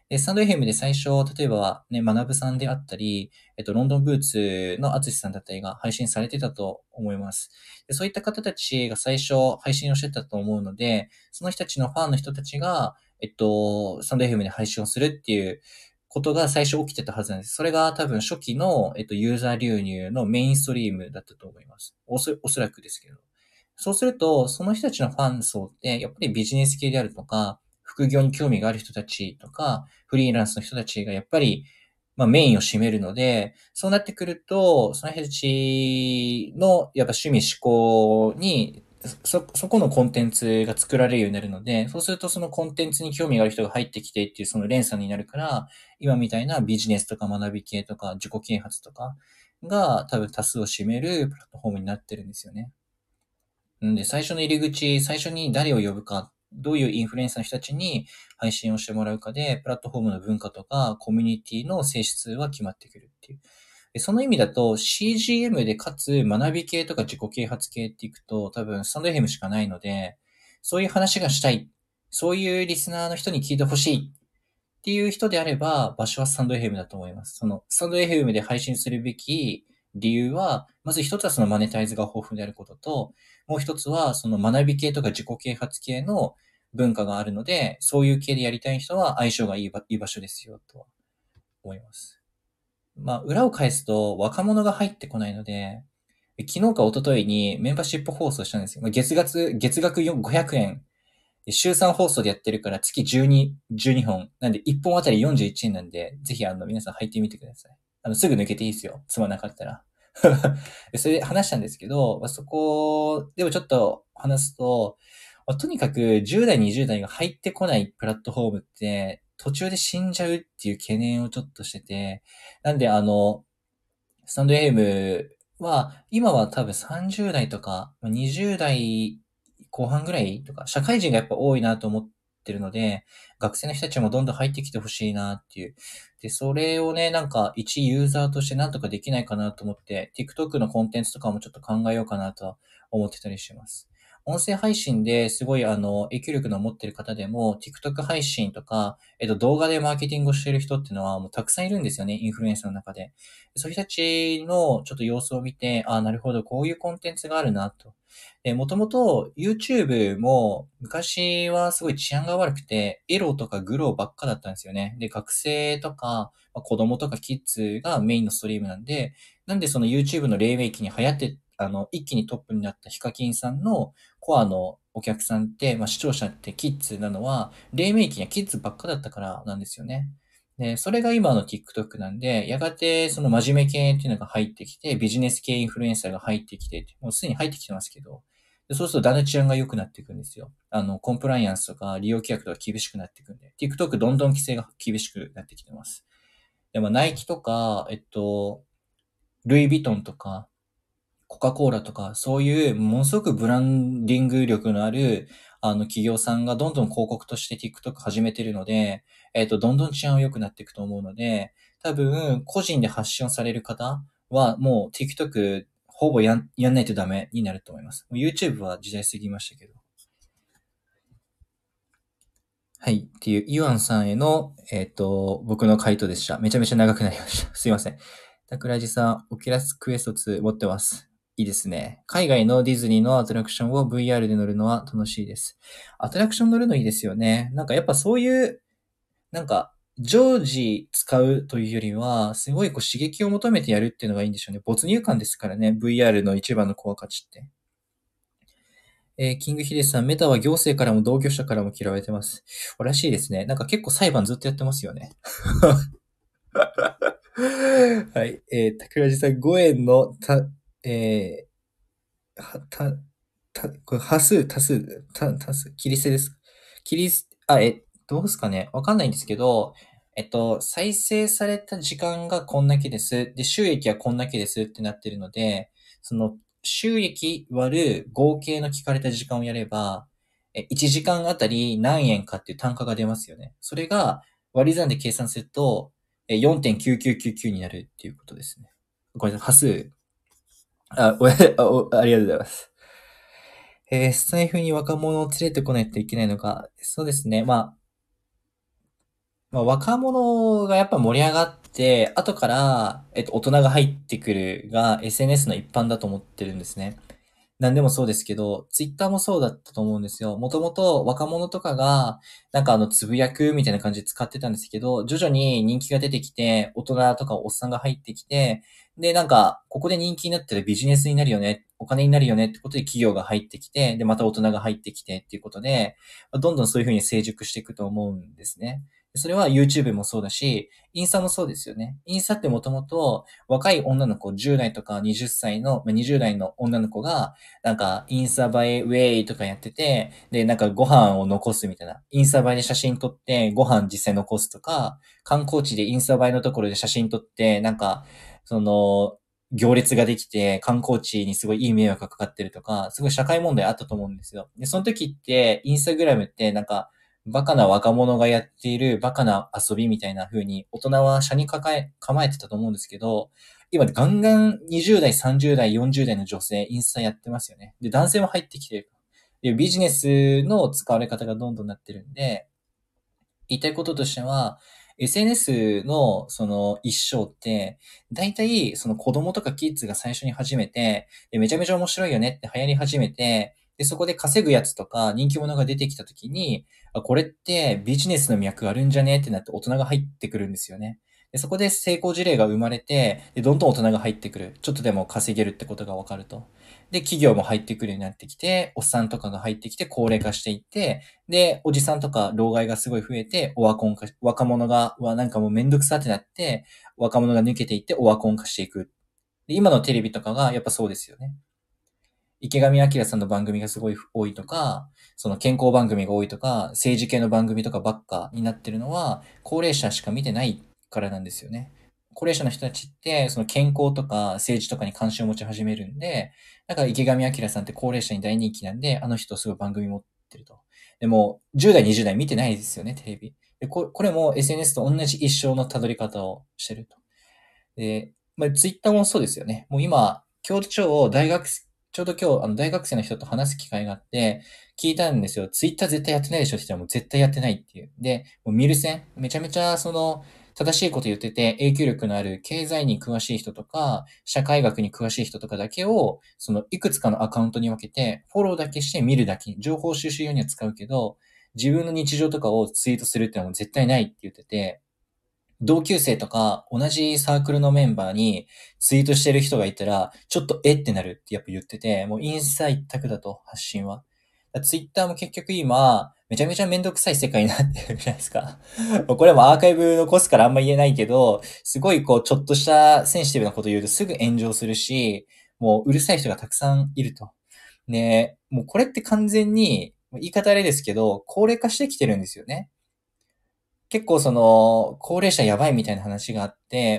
スタンド FM で最初、例えばね、学さんであったり、ロンドンブーツのアツシさんだったりが配信されてたと思います。でそういった方たちが最初配信をしてたと思うので、その人たちのファンの人たちが、スタンド FM で配信をするっていうことが最初起きてたはずなんです。それが多分初期の、ユーザー流入のメインストリームだったと思います。おそらくですけど。そうすると、その人たちのファン層って、やっぱりビジネス系であるとか、副業に興味がある人たちとか、フリーランスの人たちがやっぱり、メインを占めるので、そうなってくると、その人たちの、やっぱ趣味思考に、そこのコンテンツが作られるようになるので、そうするとそのコンテンツに興味がある人が入ってきてっていうその連鎖になるから、今みたいなビジネスとか学び系とか自己啓発とかが多分多数を占めるプラットフォームになってるんですよね。んで、最初の入り口、最初に誰を呼ぶか、どういうインフルエンサーの人たちに配信をしてもらうかで、プラットフォームの文化とかコミュニティの性質は決まってくるっていう。でその意味だと CGM でかつ学び系とか自己啓発系っていくと多分スタンド FM しかないので、そういう話がしたい。そういうリスナーの人に聞いてほしいっていう人であれば、場所はスタンド FM だと思います。その、スタンド FM で配信するべき理由は、まず一つはそのマネタイズが豊富であることと、もう一つはその学び系とか自己啓発系の文化があるので、そういう系でやりたい人は相性がいい場所ですよ、とは思います。裏を返すと若者が入ってこないので、昨日か一昨日にメンバーシップ放送したんですよ。月額500円週3放送でやってるから月12本。なんで1本あたり41円なんで、ぜひ皆さん入ってみてください。すぐ抜けていいですよ。つまなかったら。それで話したんですけど、そこでもちょっと話すと、とにかく10代、20代が入ってこないプラットフォームって、途中で死んじゃうっていう懸念をちょっとしてて、なんでスタンド FM は、今は多分30代とか、20代後半ぐらいとか、社会人がやっぱ多いなと思ってるので、学生の人たちもどんどん入ってきてほしいなっていう。で、それをね、なんか一ユーザーとしてなんとかできないかなと思って、TikTok のコンテンツとかもちょっと考えようかなとは思ってたりします。音声配信ですごい影響力の持ってる方でも、TikTok 配信とか、動画でマーケティングをしている人っていうのはもうたくさんいるんですよね、インフルエンサーの中で。そういう人たちのちょっと様子を見て、なるほど、こういうコンテンツがあるなと。もともと YouTube も昔はすごい治安が悪くて、エロとかグロばっかだったんですよね。で、学生とか、子供とかキッズがメインのストリームなんでその YouTube の黎明期に流行って、一気にトップになったヒカキンさんのコアのお客さんって、視聴者ってキッズなのは、黎明期にはキッズばっかだったからなんですよね。で、それが今の TikTok なんで、やがてその真面目系っていうのが入ってきて、ビジネス系インフルエンサーが入ってきて、もうすでに入ってきてますけど、でそうするとだんだん治安が良くなっていくんですよ。コンプライアンスとか利用規約とか厳しくなっていくんで、TikTok どんどん規制が厳しくなってきてます。でもナイキとか、ルイ・ヴィトンとか、コカ・コーラとか、そういうものすごくブランディング力のある、企業さんがどんどん広告として TikTok 始めてるので、どんどん治安は良くなっていくと思うので、多分、個人で発信をされる方は、もう TikTok ほぼやんないとダメになると思います。YouTube は時代過ぎましたけど。はい。っていう、イワンさんへの、僕の回答でした。めちゃめちゃ長くなりました。すいません。桜地さん、オキュラスクエスト2持ってます。いいですね。海外のディズニーのアトラクションを VR で乗るのは楽しいです。アトラクション乗るのいいですよね。なんかやっぱそういう、なんか、常時使うというよりは、すごいこう刺激を求めてやるっていうのがいいんでしょうね。没入感ですからね。VR の一番のコア価値って。キングヒデさん、メタは行政からも同業者からも嫌われてます。らしいですね。なんか結構裁判ずっとやってますよね。はい。桜地さん、5円のえー、は、た、これ、多数、切り捨てです。切り捨て、どうですかねわかんないんですけど、再生された時間がこんだけです。で、収益はこんだけですってなってるので、その、収益割る合計の聞かれた時間をやれば、1時間あたり何円かっていう単価が出ますよね。それが割り算で計算すると、4.9999になるっていうことですね。これ、端数。ありがとうございます。スタイフに若者を連れてこないといけないのか。そうですね。 まあ、若者がやっぱ盛り上がって、後から、大人が入ってくるが SNS の一般だと思ってるんですね。何でもそうですけど、ツイッターもそうだったと思うんですよ。もともと若者とかが、つぶやくみたいな感じで使ってたんですけど、徐々に人気が出てきて、大人とかおっさんが入ってきて、で、ここで人気になったらビジネスになるよね、お金になるよねってことで企業が入ってきて、で、また大人が入ってきてっていうことで、どんどんそういう風に成熟していくと思うんですね。それは YouTube もそうだし、インスタもそうですよね。インスタってもともと若い女の子、10代とか20歳の、20代の女の子が、インスタ映えウェイとかやってて、で、ご飯を残すみたいな。インスタ映えで写真撮って、ご飯実際残すとか、観光地でインスタ映えのところで写真撮って、その、行列ができて、観光地にすごいいい迷惑がかかってるとか、すごい社会問題あったと思うんですよ。で、その時って、インスタグラムってバカな若者がやっているバカな遊びみたいな風に、大人は車に構えてたと思うんですけど、今ガンガン20代、30代、40代の女性、インスタやってますよね。で、男性も入ってきてる。で、ビジネスの使われ方がどんどんなってるんで、言いたいこととしては、SNS のその一生って、大体その子供とかキッズが最初に始めて、でめちゃめちゃ面白いよねって流行り始めて、で、そこで稼ぐやつとか人気者が出てきた時に、これってビジネスの脈あるんじゃねってなって大人が入ってくるんですよね。で、そこで成功事例が生まれて、で、どんどん大人が入ってくる。ちょっとでも稼げるってことがわかると。で、企業も入ってくるようになってきて、おっさんとかが入ってきて高齢化していって、で、おじさんとか老害がすごい増えて、オワコン化、若者が、もうめんどくさってなって、若者が抜けていってオワコン化していく。で、今のテレビとかがやっぱそうですよね。池上彰さんの番組がすごい多いとか、その健康番組が多いとか、政治系の番組とかばっかになってるのは、高齢者しか見てないからなんですよね。高齢者の人たちって、その健康とか政治とかに関心を持ち始めるんで、だから池上彰さんって高齢者に大人気なんで、あの人すごい番組持ってると。でも、10代、20代見てないですよね、テレビ。で、これも SNS と同じ一生の辿り方をしてると。で、ツイッターもそうですよね。もう今、今日ちょうど今日、大学生の人と話す機会があって、聞いたんですよ。ツイッター絶対やってないでしょって言ったらもう絶対やってないっていう。で、もう見る線、めちゃめちゃ正しいこと言ってて、影響力のある経済に詳しい人とか、社会学に詳しい人とかだけを、いくつかのアカウントに分けて、フォローだけして見るだけ、情報収集用には使うけど、自分の日常とかをツイートするってのはもう絶対ないって言ってて、同級生とか同じサークルのメンバーにツイートしてる人がいたら、ちょっとってなるってやっぱ言ってて、もうインスタ一択だと、発信は。ツイッターも結局今、めちゃめちゃめんどくさい世界になってるじゃないですか。これもアーカイブ残すからあんま言えないけど、すごいちょっとしたセンシティブなこと言うとすぐ炎上するし、もううるさい人がたくさんいると。ね、もうこれって完全に、言い方あれですけど、高齢化してきてるんですよね。結構高齢者やばいみたいな話があって、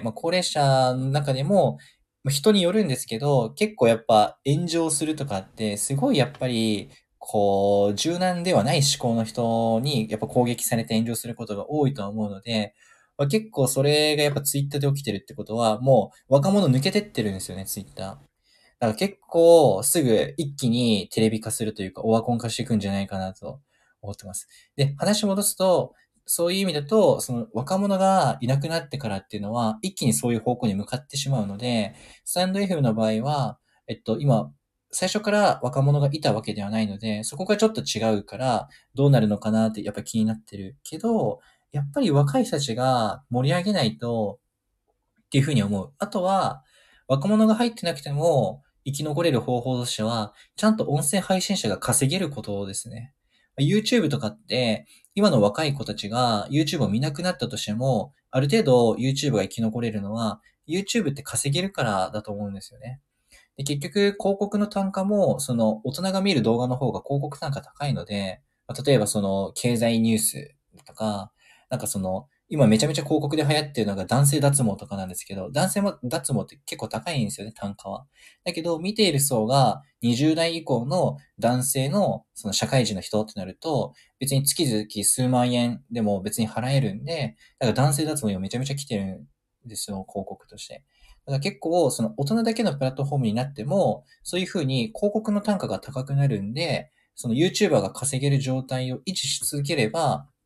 高齢者の中でも、人によるんですけど、結構やっぱ炎上するとかって、すごいやっぱり、柔軟ではない思考の人に、やっぱ攻撃されて炎上することが多いとは思うので、結構それがやっぱツイッターで起きてるってことは、もう若者抜けてってるんですよね、ツイッター。だから結構すぐ一気にテレビ化するというか、オワコン化していくんじゃないかなと思ってます。で、話戻すと、そういう意味だと、その若者がいなくなってからっていうのは、一気にそういう方向に向かってしまうので、スタンド FM の場合は、今、最初から若者がいたわけではないので、そこがちょっと違うから、どうなるのかなってやっぱ気になってるけど、やっぱり若い人たちが盛り上げないとっていうふうに思う。あとは、若者が入ってなくても生き残れる方法としては、ちゃんと音声配信者が稼げることですね。YouTube とかって、今の若い子たちが YouTube を見なくなったとしても、ある程度 YouTube が生き残れるのは、YouTube って稼げるからだと思うんですよね。で、結局、広告の単価も、大人が見る動画の方が広告単価高いので、例えば経済ニュースとか、今めちゃめちゃ広告で流行ってるのが男性脱毛とかなんですけど、男性も脱毛って結構高いんですよね、単価は。だけど、見ている層が20代以降の男性のその社会人の人ってなると、別に月々数万円でも別に払えるんで、だから男性脱毛がめちゃめちゃ来てるんですよ、広告として。だから結構、その大人だけのプラットフォームになっても、そういうふうに広告の単価が高くなるんで、その YouTuber が稼げる状態を維持し続ければ、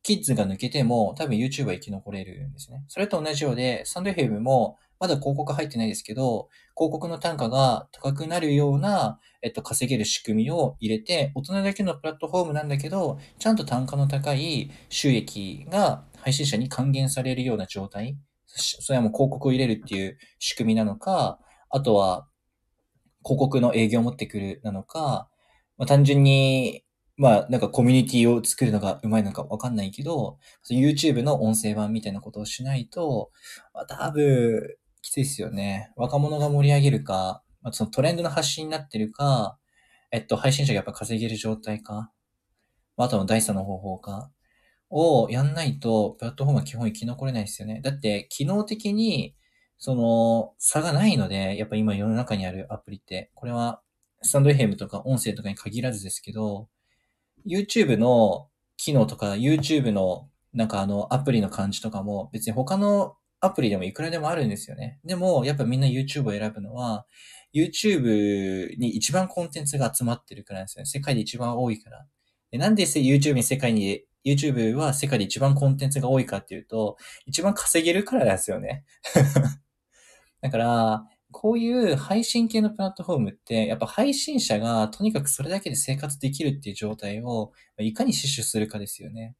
キッズが抜けても多分 YouTube は生き残れるんですね。それと同じようで、スタンド FM もまだ広告入ってないですけど、広告の単価が高くなるような、稼げる仕組みを入れて、大人だけのプラットフォームなんだけど、ちゃんと単価の高い収益が配信者に還元されるような状態。それはもう広告を入れるっていう仕組みなのか、あとは広告の営業を持ってくるなのか、単純に、なんかコミュニティを作るのがうまいのかわかんないけど、YouTube の音声版みたいなことをしないと、多分、きついですよね。若者が盛り上げるか、そのトレンドの発信になってるか、配信者がやっぱ稼げる状態か、あとは第三の方法か、をやんないと、プラットフォームは基本生き残れないですよね。だって、機能的に、差がないので、やっぱ今世の中にあるアプリって、これは、スタンド FM とか音声とかに限らずですけど、YouTube の機能とか、YouTube のなんかアプリの感じとかも、別に他のアプリでもいくらでもあるんですよね。でも、やっぱみんな YouTube を選ぶのは、YouTube に一番コンテンツが集まってるからなんですよね。世界で一番多いから。でなんで YouTube は世界で一番コンテンツが多いかっていうと、一番稼げるからなんですよね。だから、こういう配信系のプラットフォームって、やっぱ配信者がとにかくそれだけで生活できるっていう状態をいかに死守するかですよね。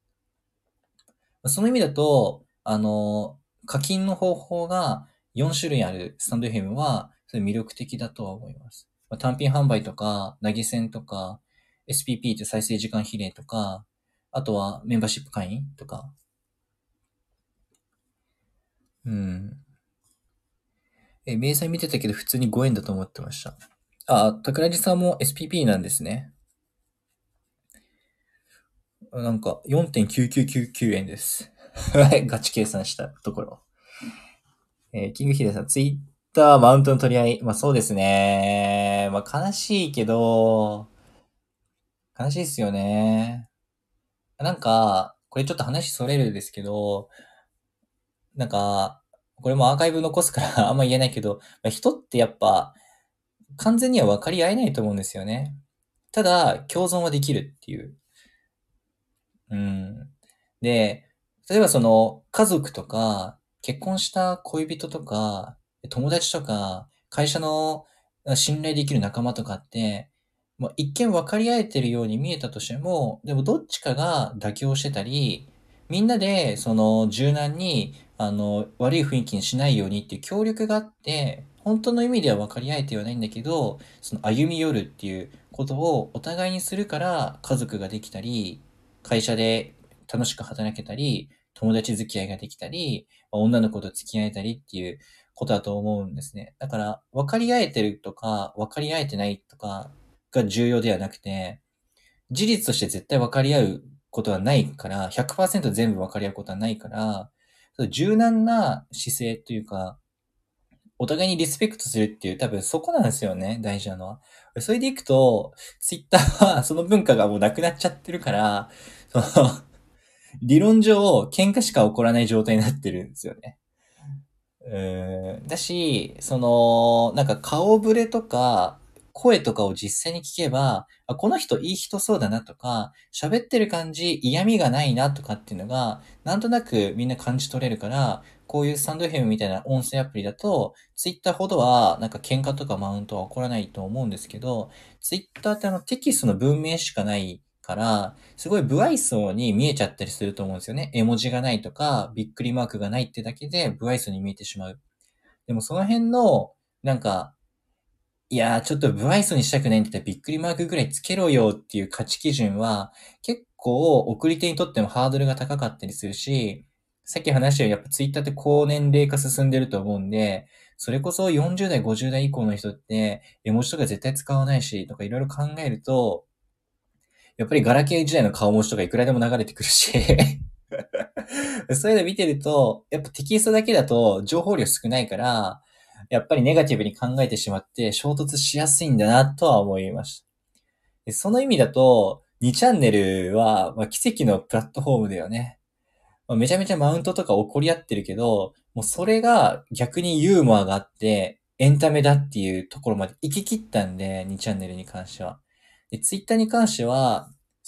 その意味だと、課金の方法が4種類あるスタンド FM は、それ魅力的だとは思います。単品販売とか、投げ銭とか、SPP って再生時間比例とか、あとはメンバーシップ会員とか。うん。明細見てたけど普通に5円だと思ってました。桜地さんも SPP なんですね。なんか4.9999円です。はい、ガチ計算したところ。キングヒデさん、ツイッターマウントの取り合い。そうですね。悲しいけど、悲しいですよね。なんか、これちょっと話それるんですけど、なんか、これもアーカイブ残すからあんま言えないけど、人ってやっぱ完全には分かり合えないと思うんですよね。ただ、共存はできるっていう。うん。で、例えば家族とか、結婚した恋人とか、友達とか、会社の信頼できる仲間とかって、一見分かり合えてるように見えたとしても、でもどっちかが妥協してたり、みんなで柔軟に、悪い雰囲気にしないようにっていう協力があって、本当の意味では分かり合えてはないんだけど、その歩み寄るっていうことをお互いにするから家族ができたり、会社で楽しく働けたり、友達付き合いができたり、女の子と付き合えたりっていうことだと思うんですね。だから、分かり合えてるとか、分かり合えてないとかが重要ではなくて、事実として絶対分かり合うことはないから、100%全部分かり合うことはないから、柔軟な姿勢というか、お互いにリスペクトするっていう、多分そこなんですよね、大事なのは。それでいくと、ツイッターはその文化がもうなくなっちゃってるから、その理論上、喧嘩しか起こらない状態になってるんですよね。だし、なんか顔ぶれとか、声とかを実際に聞けば、この人いい人そうだなとか、喋ってる感じ嫌味がないなとかっていうのが、なんとなくみんな感じ取れるから、こういうスタンド FM みたいな音声アプリだと、ツイッターほどはなんか喧嘩とかマウントは起こらないと思うんですけど、ツイッターってテキストの文明しかないから、すごい不愛想に見えちゃったりすると思うんですよね。絵文字がないとか、びっくりマークがないってだけで不愛想に見えてしまう。でもその辺の、なんか、いやー、ちょっと不愛想にしたくないんだったらびっくりマークぐらいつけろよっていう価値基準は、結構送り手にとってもハードルが高かったりするし、さっき話したようにやっぱツイッターって高年齢化進んでると思うんで、それこそ40代、50代以降の人って、絵文字とか絶対使わないし、とかいろいろ考えると、やっぱりガラケー時代の顔文字とかいくらでも流れてくるしそういうの見てると、やっぱテキストだけだと情報量少ないから、やっぱりネガティブに考えてしまって衝突しやすいんだなとは思いました。でその意味だと、2チャンネルは、奇跡のプラットフォームだよね。めちゃめちゃマウントとか起こり合ってるけど、もうそれが逆にユーモアがあって、エンタメだっていうところまで行き切ったんで、2チャンネルに関しては。で、ツイッターに関しては、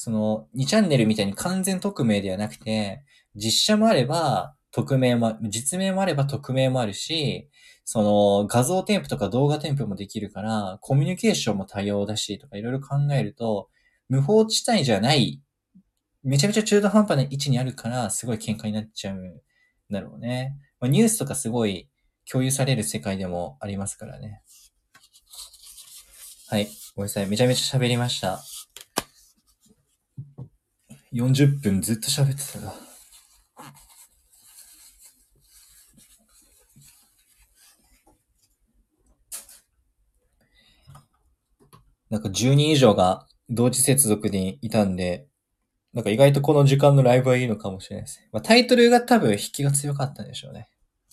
その2チャンネルみたいに完全匿名ではなくて、実写もあれば、匿名も、実名もあれば匿名もあるし、その画像添付とか動画添付もできるから、コミュニケーションも多様だし、とかいろいろ考えると、無法地帯じゃない、めちゃめちゃ中途半端な位置にあるから、すごい喧嘩になっちゃうんだろうね。まあ、ニュースとかすごい共有される世界でもありますからね。はい。ごめんなさい。めちゃめちゃ喋りました。40分ずっと喋ってたな。なんか10人以上が同時接続にいたんで、なんか意外とこの時間のライブはいいのかもしれないですね。まあ、タイトルが多分引きが強かったんでしょうね。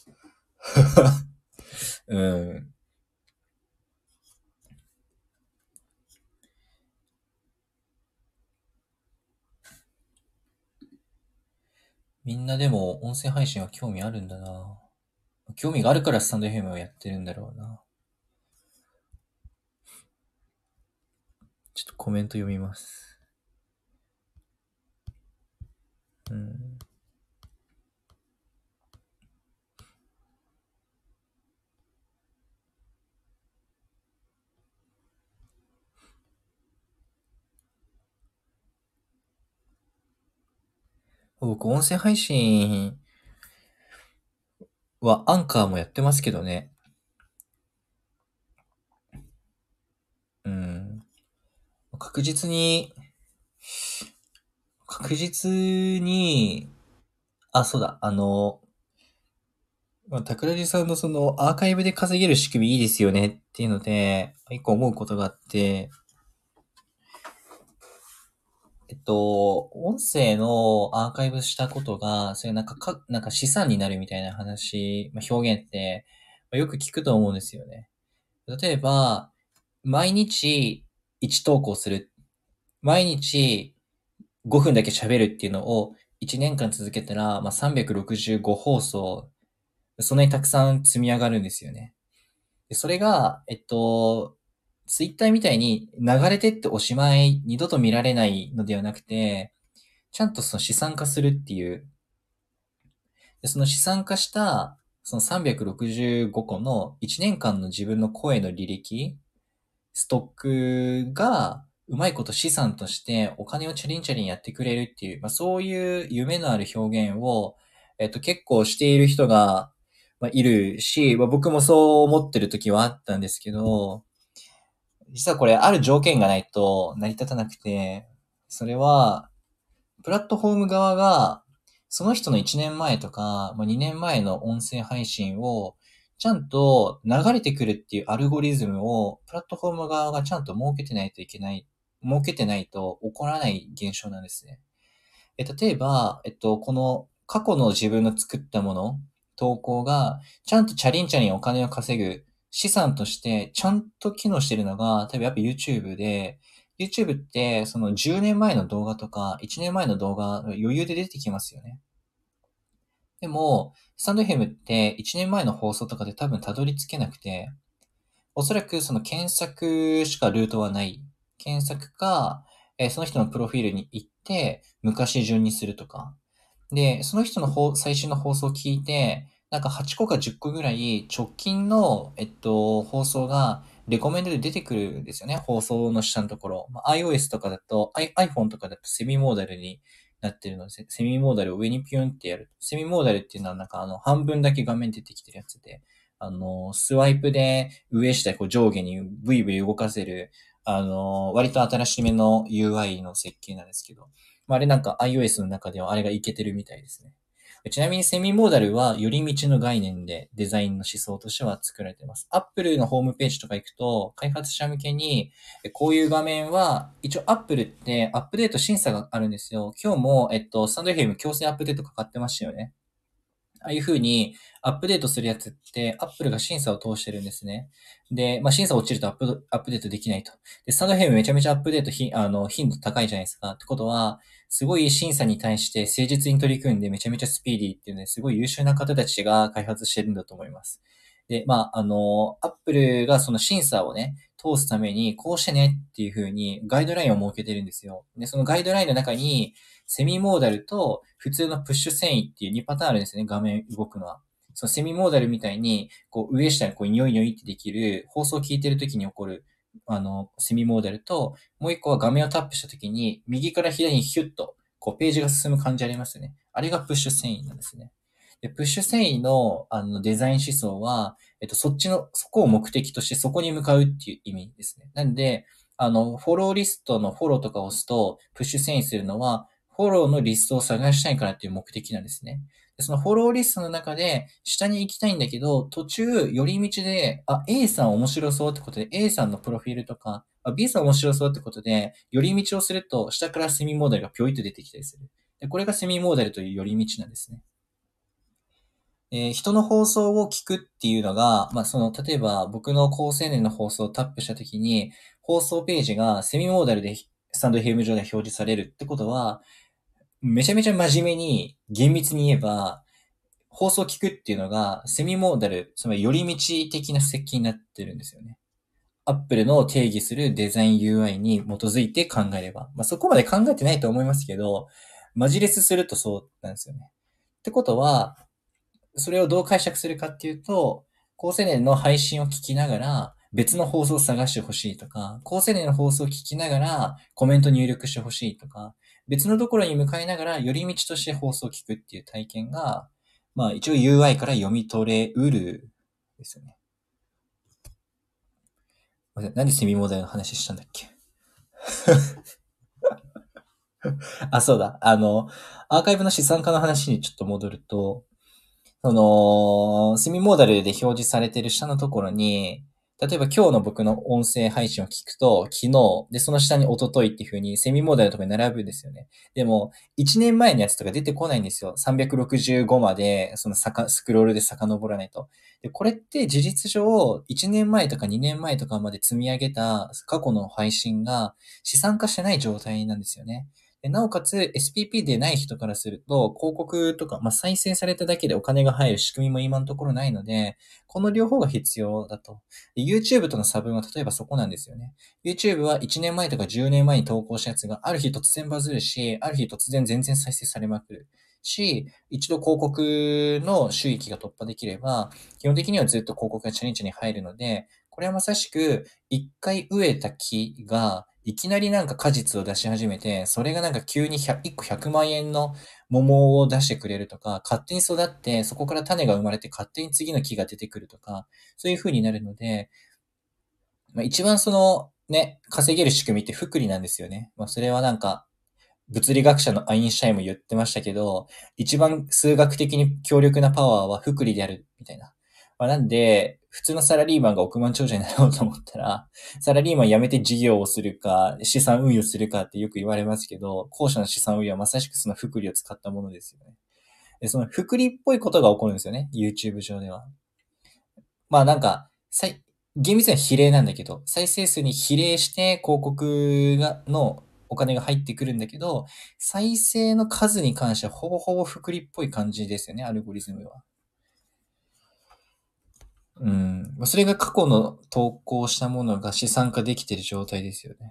うん。みんなでも音声配信は興味あるんだな。興味があるからスタンド FM をやってるんだろうな。ちょっとコメント読みます。うん。僕、音声配信はアンカーもやってますけどね。うん。確実に、確実に、あ、そうだ、タクラジさんのそのアーカイブで稼げる仕組みいいですよねっていうので、一個思うことがあって、音声のアーカイブしたことが、それなんか資産になるみたいな話、表現って、よく聞くと思うんですよね。例えば、毎日1投稿する。毎日5分だけ喋るっていうのを1年間続けたら、365放送、そんなにたくさん積み上がるんですよね。でそれが、ツイッターみたいに流れてっておしまい、二度と見られないのではなくて、ちゃんとその資産化するっていう。でその資産化した、その365個の1年間の自分の声の履歴、ストックが、うまいこと資産としてお金をチャリンチャリンやってくれるっていう、そういう夢のある表現を、結構している人が、いるし、僕もそう思ってる時はあったんですけど、実はこれある条件がないと成り立たなくて、それは、プラットフォーム側が、その人の1年前とか、2年前の音声配信を、ちゃんと流れてくるっていうアルゴリズムを、プラットフォーム側がちゃんと設けてないといけない、設けてないと起こらない現象なんですね。例えば、この過去の自分の作ったもの、投稿が、ちゃんとチャリンチャリンお金を稼ぐ資産としてちゃんと機能してるのが、多分やっぱ YouTube で、YouTube ってその10年前の動画とか1年前の動画余裕で出てきますよね。でも、スタンド FM って1年前の放送とかで多分たどり着けなくて、おそらくその検索しかルートはない。検索か、その人のプロフィールに行って、昔順にするとか。で、その人の最新の放送を聞いて、なんか8個か10個ぐらい直近の、放送がレコメンドで出てくるんですよね。放送の下のところ。iOS とかだと、iPhone とかだとセミモーダルになってるので、セミモーダルを上にピュンってやる。セミモーダルっていうのはなんか半分だけ画面出てきてるやつで、スワイプで上下こう上下にブイブイ動かせる、割と新しめの UI の設計なんですけど、あれなんか iOS の中ではあれがいけてるみたいですね。ちなみにセミモーダルは寄り道の概念でデザインの思想としては作られています。Apple のホームページとか行くと、開発者向けに、こういう画面は、一応 Apple ってアップデート審査があるんですよ。今日も、スタンド FM 強制アップデートかかってましたよね。ああいう風にアップデートするやつって、アップルが審査を通してるんですね。で、審査落ちるとアップデートできないと。で、スタンドヘムめちゃめちゃアップデート頻度高いじゃないですか。ってことは、すごい審査に対して誠実に取り組んでめちゃめちゃスピーディーっていうね、すごい優秀な方たちが開発してるんだと思います。で、アップルがその審査をね、 通すために、こうしてねっていう風にガイドラインを設けてるんですよ。で、そのガイドラインの中に、セミモーダルと普通のプッシュ遷移っていう2パターンあるんですね、画面動くのは。そのセミモーダルみたいに、こう上下にこうニョイニョイってできる、放送を聞いてる時に起こる、セミモーダルと、もう一個は画面をタップした時に、右から左にヒュッと、こうページが進む感じありますよね。あれがプッシュ遷移なんですね。で、プッシュ遷移の、デザイン思想は、そこを目的としてそこに向かうっていう意味ですね。なんで、フォローリストのフォローとかを押すと、プッシュ遷移するのは、フォローのリストを探したいからっていう目的なんですね。でそのフォローリストの中で、下に行きたいんだけど、途中、寄り道で、A さん面白そうってことで、A さんのプロフィールとか、B さん面白そうってことで、寄り道をすると、下からセミモーダルがピョイッと出てきたりする。で、これがセミモーダルという寄り道なんですね。人の放送を聞くっていうのが、例えば僕の高青年の放送をタップしたときに、放送ページがセミモーダルでスタンド FM 上で表示されるってことは、めちゃめちゃ真面目に厳密に言えば、放送を聞くっていうのがセミモーダル、つまり寄り道的な設計になってるんですよね。Apple の定義するデザイン UI に基づいて考えれば。そこまで考えてないと思いますけど、マジレスするとそうなんですよね。ってことは、それをどう解釈するかっていうと、高青年の配信を聞きながら、別の放送を探してほしいとか、高青年の放送を聞きながら、コメント入力してほしいとか、別のところに向かいながら、寄り道として放送を聞くっていう体験が、一応 UI から読み取れうるですよね。なんでセミモーダルの話したんだっけそうだ。アーカイブの資産化の話にちょっと戻ると、セミモーダルで表示されている下のところに、例えば今日の僕の音声配信を聞くと、昨日、で、その下に一昨日っていう風にセミモーダルのところに並ぶんですよね。でも、1年前のやつとか出てこないんですよ。365まで、スクロールで遡らないと。で、これって事実上、1年前とか2年前とかまで積み上げた過去の配信が資産化してない状態なんですよね。でなおかつ SPP でない人からすると、広告とか、再生されただけでお金が入る仕組みも今のところないので、この両方が必要だと。で YouTube との差分は例えばそこなんですよね。YouTube は1年前とか10年前に投稿したやつがある日突然バズるし、ある日突然全然再生されまくる。し、一度広告の収益が突破できれば、基本的にはずっと広告がチャレンジに入るので、これはまさしく、一回植えた木が、いきなりなんか果実を出し始めて、それがなんか急に1個100万円の桃を出してくれるとか、勝手に育って、そこから種が生まれて勝手に次の木が出てくるとか、そういう風になるので、一番稼げる仕組みって複利なんですよね。それはなんか、物理学者のアインシュタインも言ってましたけど、一番数学的に強力なパワーは複利である、みたいな。なんで、普通のサラリーマンが億万長者になろうと思ったら、サラリーマン辞めて事業をするか、資産運用するかってよく言われますけど、後者の資産運用はまさしくその複利を使ったものですよね。で、その複利っぽいことが起こるんですよね、YouTube 上では。なんか、厳密には比例なんだけど、再生数に比例して広告のお金が入ってくるんだけど、再生の数に関してはほぼほぼ複利っぽい感じですよね、アルゴリズムは。それが過去の投稿したものが資産化できている状態ですよね。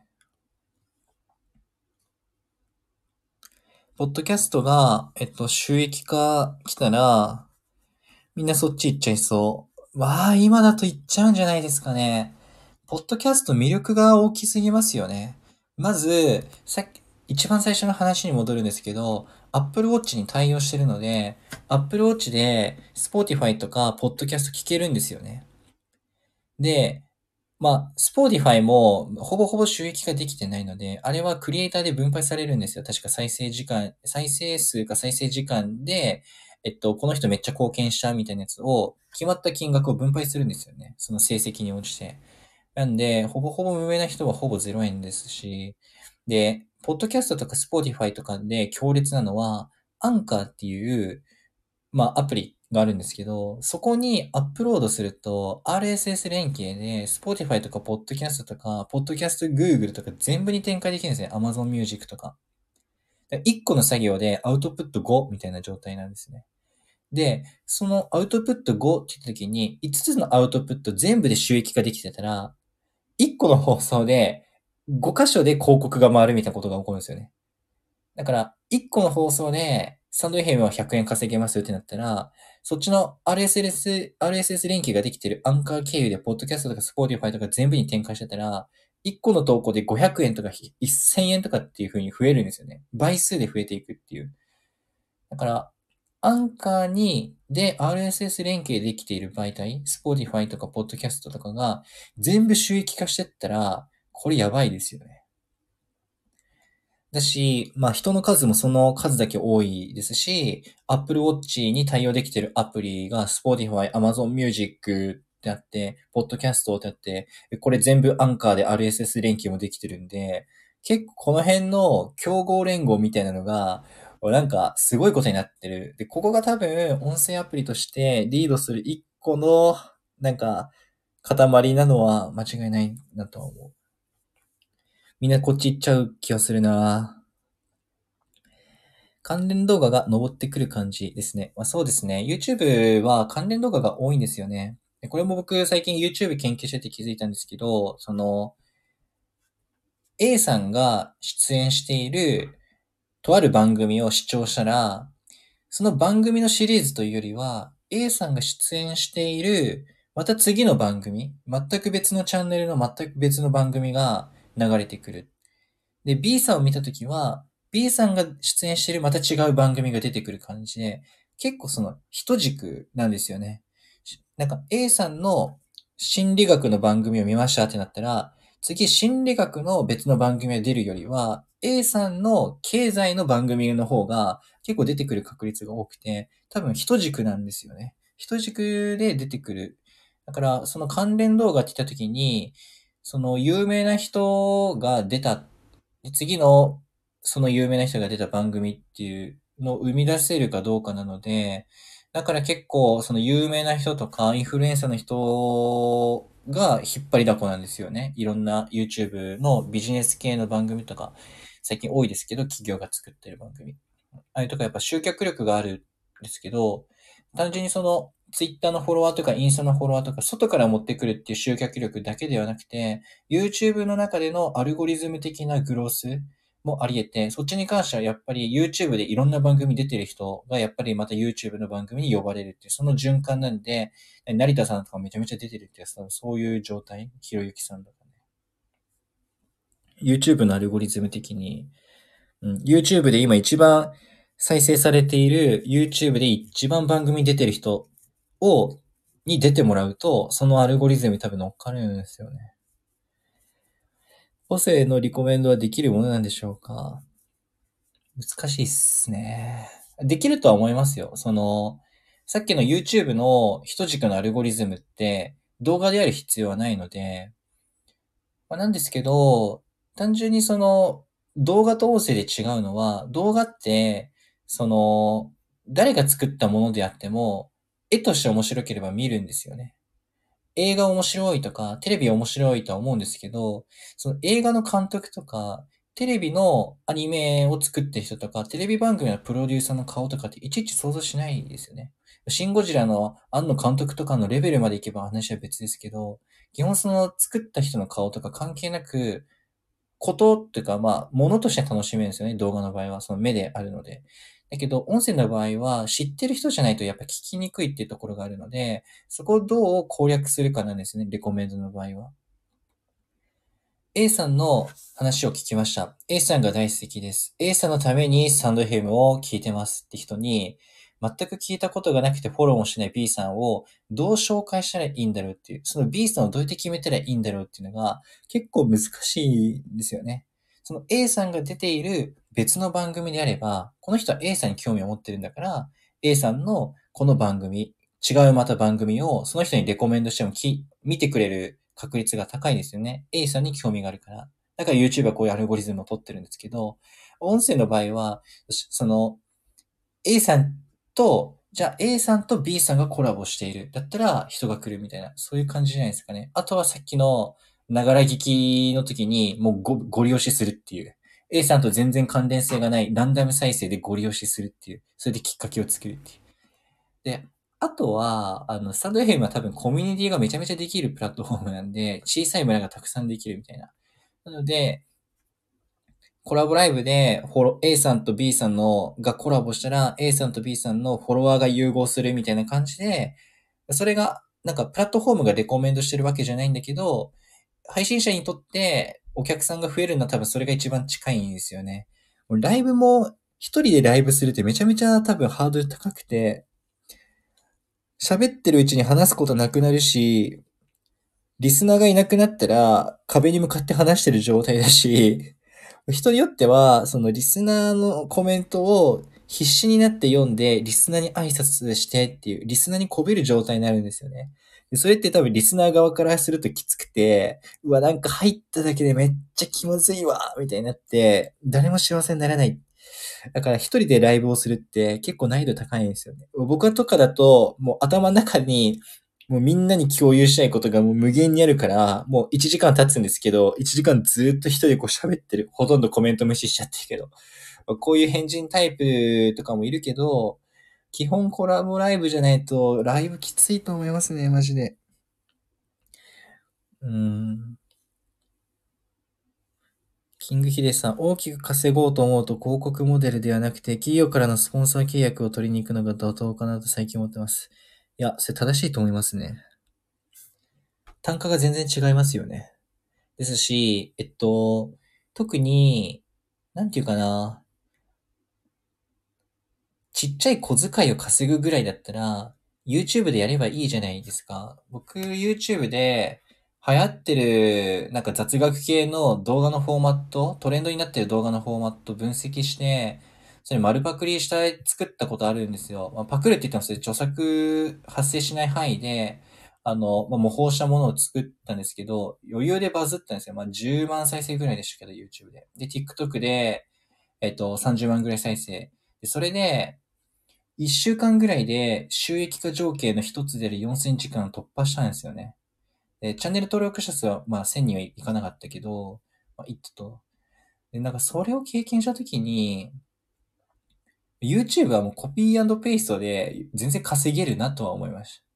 ポッドキャストが、収益化来たら、みんなそっち行っちゃいそう。今だと行っちゃうんじゃないですかね。ポッドキャスト魅力が大きすぎますよね。まず、一番最初の話に戻るんですけど、Apple Watch に対応してるので、Apple Watch で Spotify とか Podcast 聞けるんですよね。で、Spotify もほぼほぼ収益化できてないので、あれはクリエイターで分配されるんですよ。確か再生数か再生時間で、この人めっちゃ貢献したみたいなやつを、決まった金額を分配するんですよね。その成績に応じて。なんで、ほぼほぼ無名な人はほぼ0円ですし、で、ポッドキャストとか Spotify とかで強烈なのは、アンカーっていう、アプリがあるんですけど、そこにアップロードすると、RSS 連携で、Spotify とか Podcast とか、Podcast Google とか全部に展開できるんですね。Amazon Music とか。1個の作業でアウトプット5みたいな状態なんですね。で、そのアウトプット5って言った時に、5つのアウトプット全部で収益化できてたら、 1個の放送で5箇所で広告が回るみたいなことが起こるんですよね。だから、1個の放送で、スタンド FM は100円稼げますよってなったら、そっちの RSS 連携ができてるアンカー経由で、ポッドキャストとかスポーティファイとか全部に展開してたら、1個の投稿で500円とか1000円とかっていう風に増えるんですよね。倍数で増えていくっていう。だから、アンカーで RSS 連携できている媒体、Spotify とか Podcast とかが全部収益化してったら、これやばいですよね。だし、まあ人の数もその数だけ多いですし、Apple Watch に対応できているアプリが Spotify、Amazon Music ってあって、Podcast ってあって、これ全部アンカーで RSS 連携もできてるんで、結構この辺の競合連合みたいなのが、なんかすごいことになってる。で、ここが多分音声アプリとしてリードする一個の、なんか、塊なのは間違いないなとは思う。みんなこっち行っちゃう気がするな。関連動画が上ってくる感じですね。まあ、そうですね。YouTube は関連動画が多いんですよね。でこれも僕最近 YouTube 研究してて気づいたんですけど、A さんが出演しているとある番組を視聴したら、その番組のシリーズというよりは、A さんが出演している、また次の番組、全く別のチャンネルの全く別の番組が流れてくる。で、B さんを見たときは、B さんが出演しているまた違う番組が出てくる感じで、結構その一軸なんですよね。なんか A さんの心理学の番組を見ましたってなったら、次心理学の別の番組が出るよりは、A さんの経済の番組の方が結構出てくる確率が多くて、多分一軸なんですよね。一軸で出てくる。だから、その関連動画って言った時に、その有名な人が出たで、次の、その有名な人が出た番組っていうのを生み出せるかどうかなので、だから結構、その有名な人とか、インフルエンサーの人が引っ張りだこなんですよね。いろんな YouTube のビジネス系の番組とか、最近多いですけど、企業が作ってる番組。ああいうとかやっぱ集客力があるんですけど、単純にその、ツイッターのフォロワーとかインスタのフォロワーとか外から持ってくるっていう集客力だけではなくて、YouTube の中でのアルゴリズム的なグロースもあり得て、そっちに関してはやっぱり YouTube でいろんな番組出てる人がやっぱりまた YouTube の番組に呼ばれるっていう、その循環なんで、成田さんとかめちゃめちゃ出てるってやつ、そういう状態、ひろゆきさんとかね。YouTube のアルゴリズム的に、YouTube で今一番再生されている YouTube で一番番組に出てる人に出てもらうと、そのアルゴリズムに多分乗っかるんですよね。個性のリコメンドはできるものなんでしょうか？難しいっすね。できるとは思いますよ。さっきの YouTube の一軸のアルゴリズムって動画である必要はないので、なんですけど、単純に動画と音声で違うのは、動画って、誰が作ったものであっても、絵として面白ければ見るんですよね。映画面白いとか、テレビ面白いとは思うんですけど、その映画の監督とか、テレビのアニメを作ってる人とか、テレビ番組のプロデューサーの顔とかっていちいち想像しないですよね。シン・ゴジラの庵野監督とかのレベルまでいけば話は別ですけど、基本その作った人の顔とか関係なく、ことっていうか、まあ、ものとして楽しめるんですよね、動画の場合は。その目であるので。だけど、音声の場合は、知ってる人じゃないとやっぱ聞きにくいっていうところがあるので、そこをどう攻略するかなんですね、レコメンドの場合は。A さんの話を聞きました。A さんが大好きです。A さんのためにスタンド FM を聞いてますって人に、全く聞いたことがなくてフォローもしない B さんをどう紹介したらいいんだろうっていう、その B さんをどうやって決めたらいいんだろうっていうのが結構難しいんですよね。その A さんが出ている別の番組であれば、この人は A さんに興味を持ってるんだから、A さんのこの番組、違うまた番組をその人にレコメンドしても見てくれる確率が高いですよね。A さんに興味があるから。だから YouTube はこういうアルゴリズムを取ってるんですけど、音声の場合は、A さんじゃあ A さんと B さんがコラボしている。だったら人が来るみたいな、そういう感じじゃないですかね。あとはさっきの、ながら聞きの時にもうご利用しするっていう。A さんと全然関連性がないランダム再生でご利用しするっていう。それできっかけを作るっていう。で、 あとは、スタンド FM は多分コミュニティがめちゃめちゃできるプラットフォームなんで、小さい村がたくさんできるみたいな。なので、コラボライブでA さんと B さんがコラボしたら、A さんと B さんのフォロワーが融合するみたいな感じで、それが、なんかプラットフォームがレコメンドしてるわけじゃないんだけど、配信者にとってお客さんが増えるのは多分それが一番近いんですよね。ライブも一人でライブするってめちゃめちゃ多分ハードル高くて、喋ってるうちに話すことなくなるし、リスナーがいなくなったら壁に向かって話してる状態だし、人によっては、そのリスナーのコメントを必死になって読んで、リスナーに挨拶してっていう、リスナーにこびる状態になるんですよね。でそれって多分リスナー側からするときつくて、うわ、なんか入っただけでめっちゃ気まずいわ、みたいになって、誰も幸せにならない。だから一人でライブをするって結構難易度高いんですよね。僕とかだと、もう頭の中に、もうみんなに共有したいことがもう無限にあるから、もう1時間経つんですけど、1時間ずっと一人でこう喋ってる。ほとんどコメント無視しちゃってるけど。こういう変人タイプとかもいるけど、基本コラボライブじゃないと、ライブきついと思いますね、マジで。うーん。キングヒデさん、大きく稼ごうと思うと広告モデルではなくて、企業からのスポンサー契約を取りに行くのが妥当かなと最近思ってます。いや、それ正しいと思いますね。単価が全然違いますよね。ですし、特に、なんていうかな、ちっちゃい小遣いを稼ぐぐらいだったら、YouTube でやればいいじゃないですか。僕、YouTube で流行ってる、なんか雑学系の動画のフォーマット、トレンドになってる動画のフォーマット分析して、それ丸パクリした作ったことあるんですよ。まあ、パクるって言ってもそれ著作発生しない範囲で、模倣したものを作ったんですけど、余裕でバズったんですよ。まあ、10万再生ぐらいでしたけど、YouTube で。で、TikTok で、30万ぐらい再生。で、それで、1週間ぐらいで収益化条件の一つである4000時間を突破したんですよね。で、チャンネル登録者数はまあ1000にはいかなかったけど、まあ、いったと。で、なんかそれを経験したときに、YouTube はもうコピーペーストで全然稼げるなとは思いました。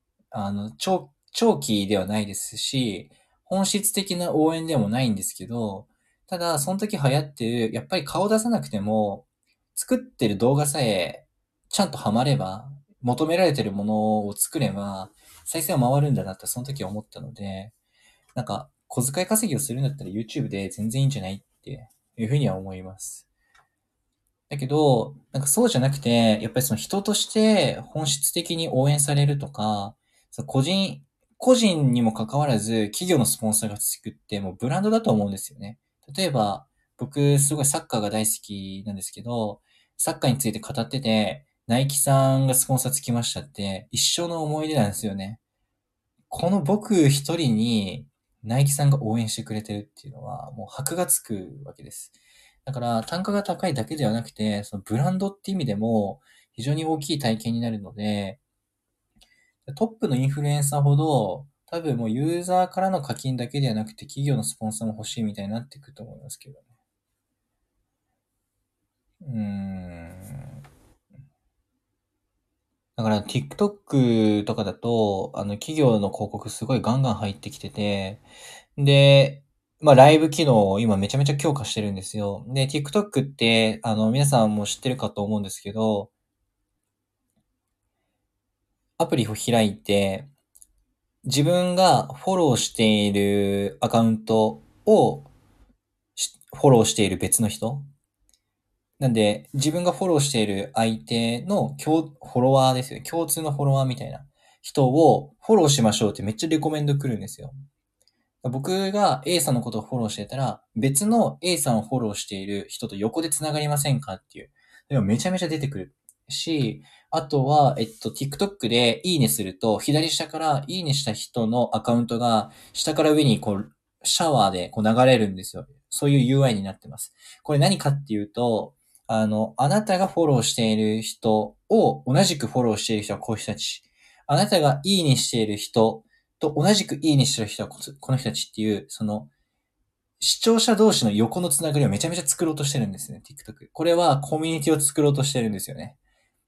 長期ではないですし、本質的な応援でもないんですけど、ただ、その時流行ってる、やっぱり顔出さなくても、作ってる動画さえ、ちゃんとハマれば、求められてるものを作れば、再生は回るんだなってその時は思ったので、なんか、小遣い稼ぎをするんだったら YouTube で全然いいんじゃないっていうふうには思います。だけど、なんかそうじゃなくて、やっぱりその人として本質的に応援されるとか、その個人にも関わらず企業のスポンサーがつくってもうブランドだと思うんですよね。例えば、僕すごいサッカーが大好きなんですけど、サッカーについて語ってて、ナイキさんがスポンサーつきましたって一生の思い出なんですよね。この僕一人にナイキさんが応援してくれてるっていうのはもう箔がつくわけです。だから単価が高いだけではなくて、そのブランドって意味でも非常に大きい体験になるので、トップのインフルエンサーほど多分もうユーザーからの課金だけではなくて企業のスポンサーも欲しいみたいになってくると思いますけどね。うーん。だから TikTok とかだと、企業の広告すごいガンガン入ってきてて、で、まあ、ライブ機能を今めちゃめちゃ強化してるんですよ。で、TikTok って、皆さんも知ってるかと思うんですけど、アプリを開いて、自分がフォローしているアカウントをフォローしている別の人。なんで、自分がフォローしている相手のフォロワーですよね。共通のフォロワーみたいな人をフォローしましょうってめっちゃレコメンド来るんですよ。僕が A さんのことをフォローしてたら、別の A さんをフォローしている人と横で繋がりませんかっていう。でもめちゃめちゃ出てくるし、あとは、TikTok でいいねすると、左下からいいねした人のアカウントが、下から上にこう、シャワーでこう流れるんですよ。そういう UI になってます。これ何かっていうと、あなたがフォローしている人を同じくフォローしている人はこういう人たち。あなたがいいねしている人と同じくいいねしてる人はこの人たちっていう、その、視聴者同士の横のつながりをめちゃめちゃ作ろうとしてるんですね、TikTok。これはコミュニティを作ろうとしてるんですよね。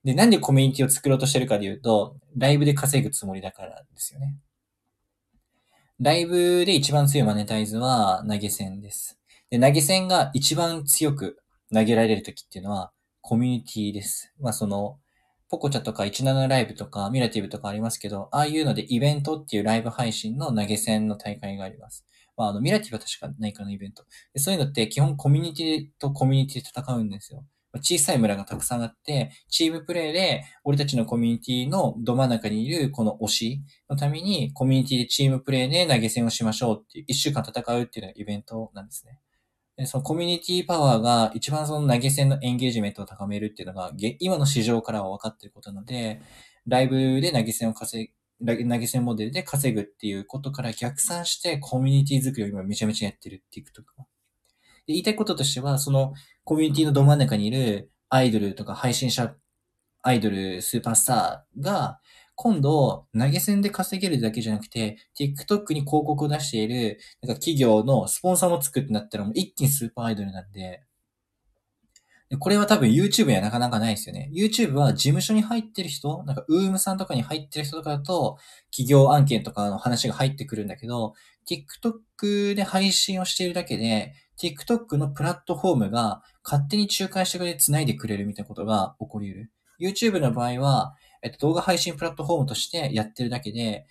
で、なんでコミュニティを作ろうとしてるかで言うと、ライブで稼ぐつもりだからですよね。ライブで一番強いマネタイズは投げ銭です。で、投げ銭が一番強く投げられるときっていうのはコミュニティです。ポコチャとか17ライブとかミラティブとかありますけど、ああいうのでイベントっていうライブ配信の投げ銭の大会があります。ミラティブは確かないかのイベント。でそういうのって基本コミュニティとコミュニティで戦うんですよ。小さい村がたくさんあって、チームプレイで俺たちのコミュニティのど真ん中にいるこの推しのためにコミュニティでチームプレイで投げ銭をしましょうっていう、一週間戦うっていうのがイベントなんですね。で、そのコミュニティパワーが一番その投げ銭のエンゲージメントを高めるっていうのが、今の市場からは分かっていることなので、ライブで投げ銭モデルで稼ぐっていうことから逆算してコミュニティ作りを今めちゃめちゃやってる TikTok は。で言いたいこととしては、そのコミュニティのど真ん中にいるアイドルとか配信者アイドル、スーパースターが、今度、投げ銭で稼げるだけじゃなくて、TikTok に広告を出している、なんか企業のスポンサーもつくってなったら、もう一気にスーパーアイドルなんで、これは多分 YouTube にはなかなかないですよね。YouTube は事務所に入ってる人、なんか UM さんとかに入ってる人とかだと、企業案件とかの話が入ってくるんだけど、TikTok で配信をしているだけで、TikTok のプラットフォームが勝手に仲介してくれて繋いでくれるみたいなことが起こり得る。YouTube の場合は、動画配信プラットフォームとしてやってるだけで、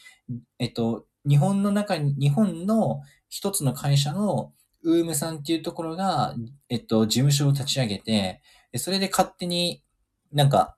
日本の一つの会社のウームさんっていうところが、事務所を立ち上げて、それで勝手になんか、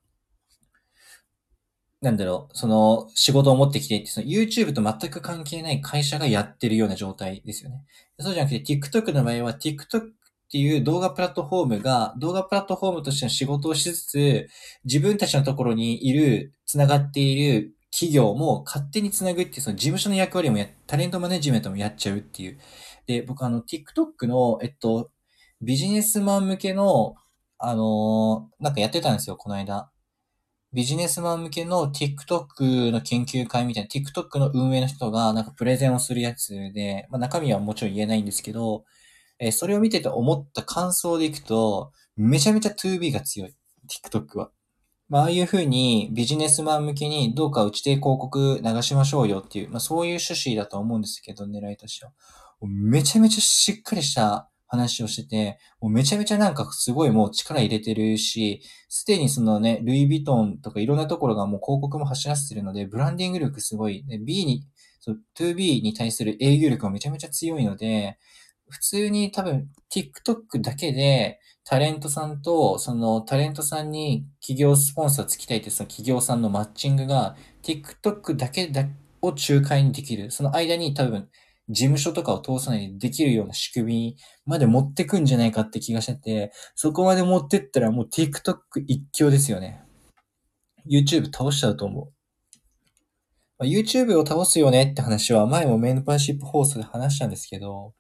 その仕事を持ってきていって、その YouTube と全く関係ない会社がやってるような状態ですよね。そうじゃなくて TikTok の場合は TikTok っていう動画プラットフォームとしての仕事をしつつ、自分たちのところにいる、繋がっている企業も勝手に繋ぐっていう、その事務所の役割もタレントマネジメントもやっちゃうっていう。で、僕TikTok の、ビジネスマン向けの、なんかやってたんですよ、この間。ビジネスマン向けの TikTok の研究会みたいな、TikTok の運営の人がなんかプレゼンをするやつで、中身はもちろん言えないんですけど、それを見てて思った感想でいくと、めちゃめちゃ 2B が強い。TikTok は。ああいう風にビジネスマン向けにどうかうちで広告流しましょうよっていう、そういう趣旨だと思うんですけど、狙いとしては。めちゃめちゃしっかりした話をしてて、もうめちゃめちゃなんかすごいもう力入れてるし、すでにそのね、ルイ・ヴィトンとかいろんなところがもう広告も走らせてるので、ブランディング力すごい。で、2B に対する営業力がめちゃめちゃ強いので、普通に多分 TikTok だけでタレントさんと、そのタレントさんに企業スポンサーつきたいってその企業さんのマッチングが TikTok だけを仲介にできる。その間に多分事務所とかを通さないでできるような仕組みまで持ってくんじゃないかって気がしてて、そこまで持ってったらもう TikTok 一強ですよね。YouTube 倒しちゃうと思う。YouTube を倒すよねって話は前もメンバーシップ放送で話したんですけど、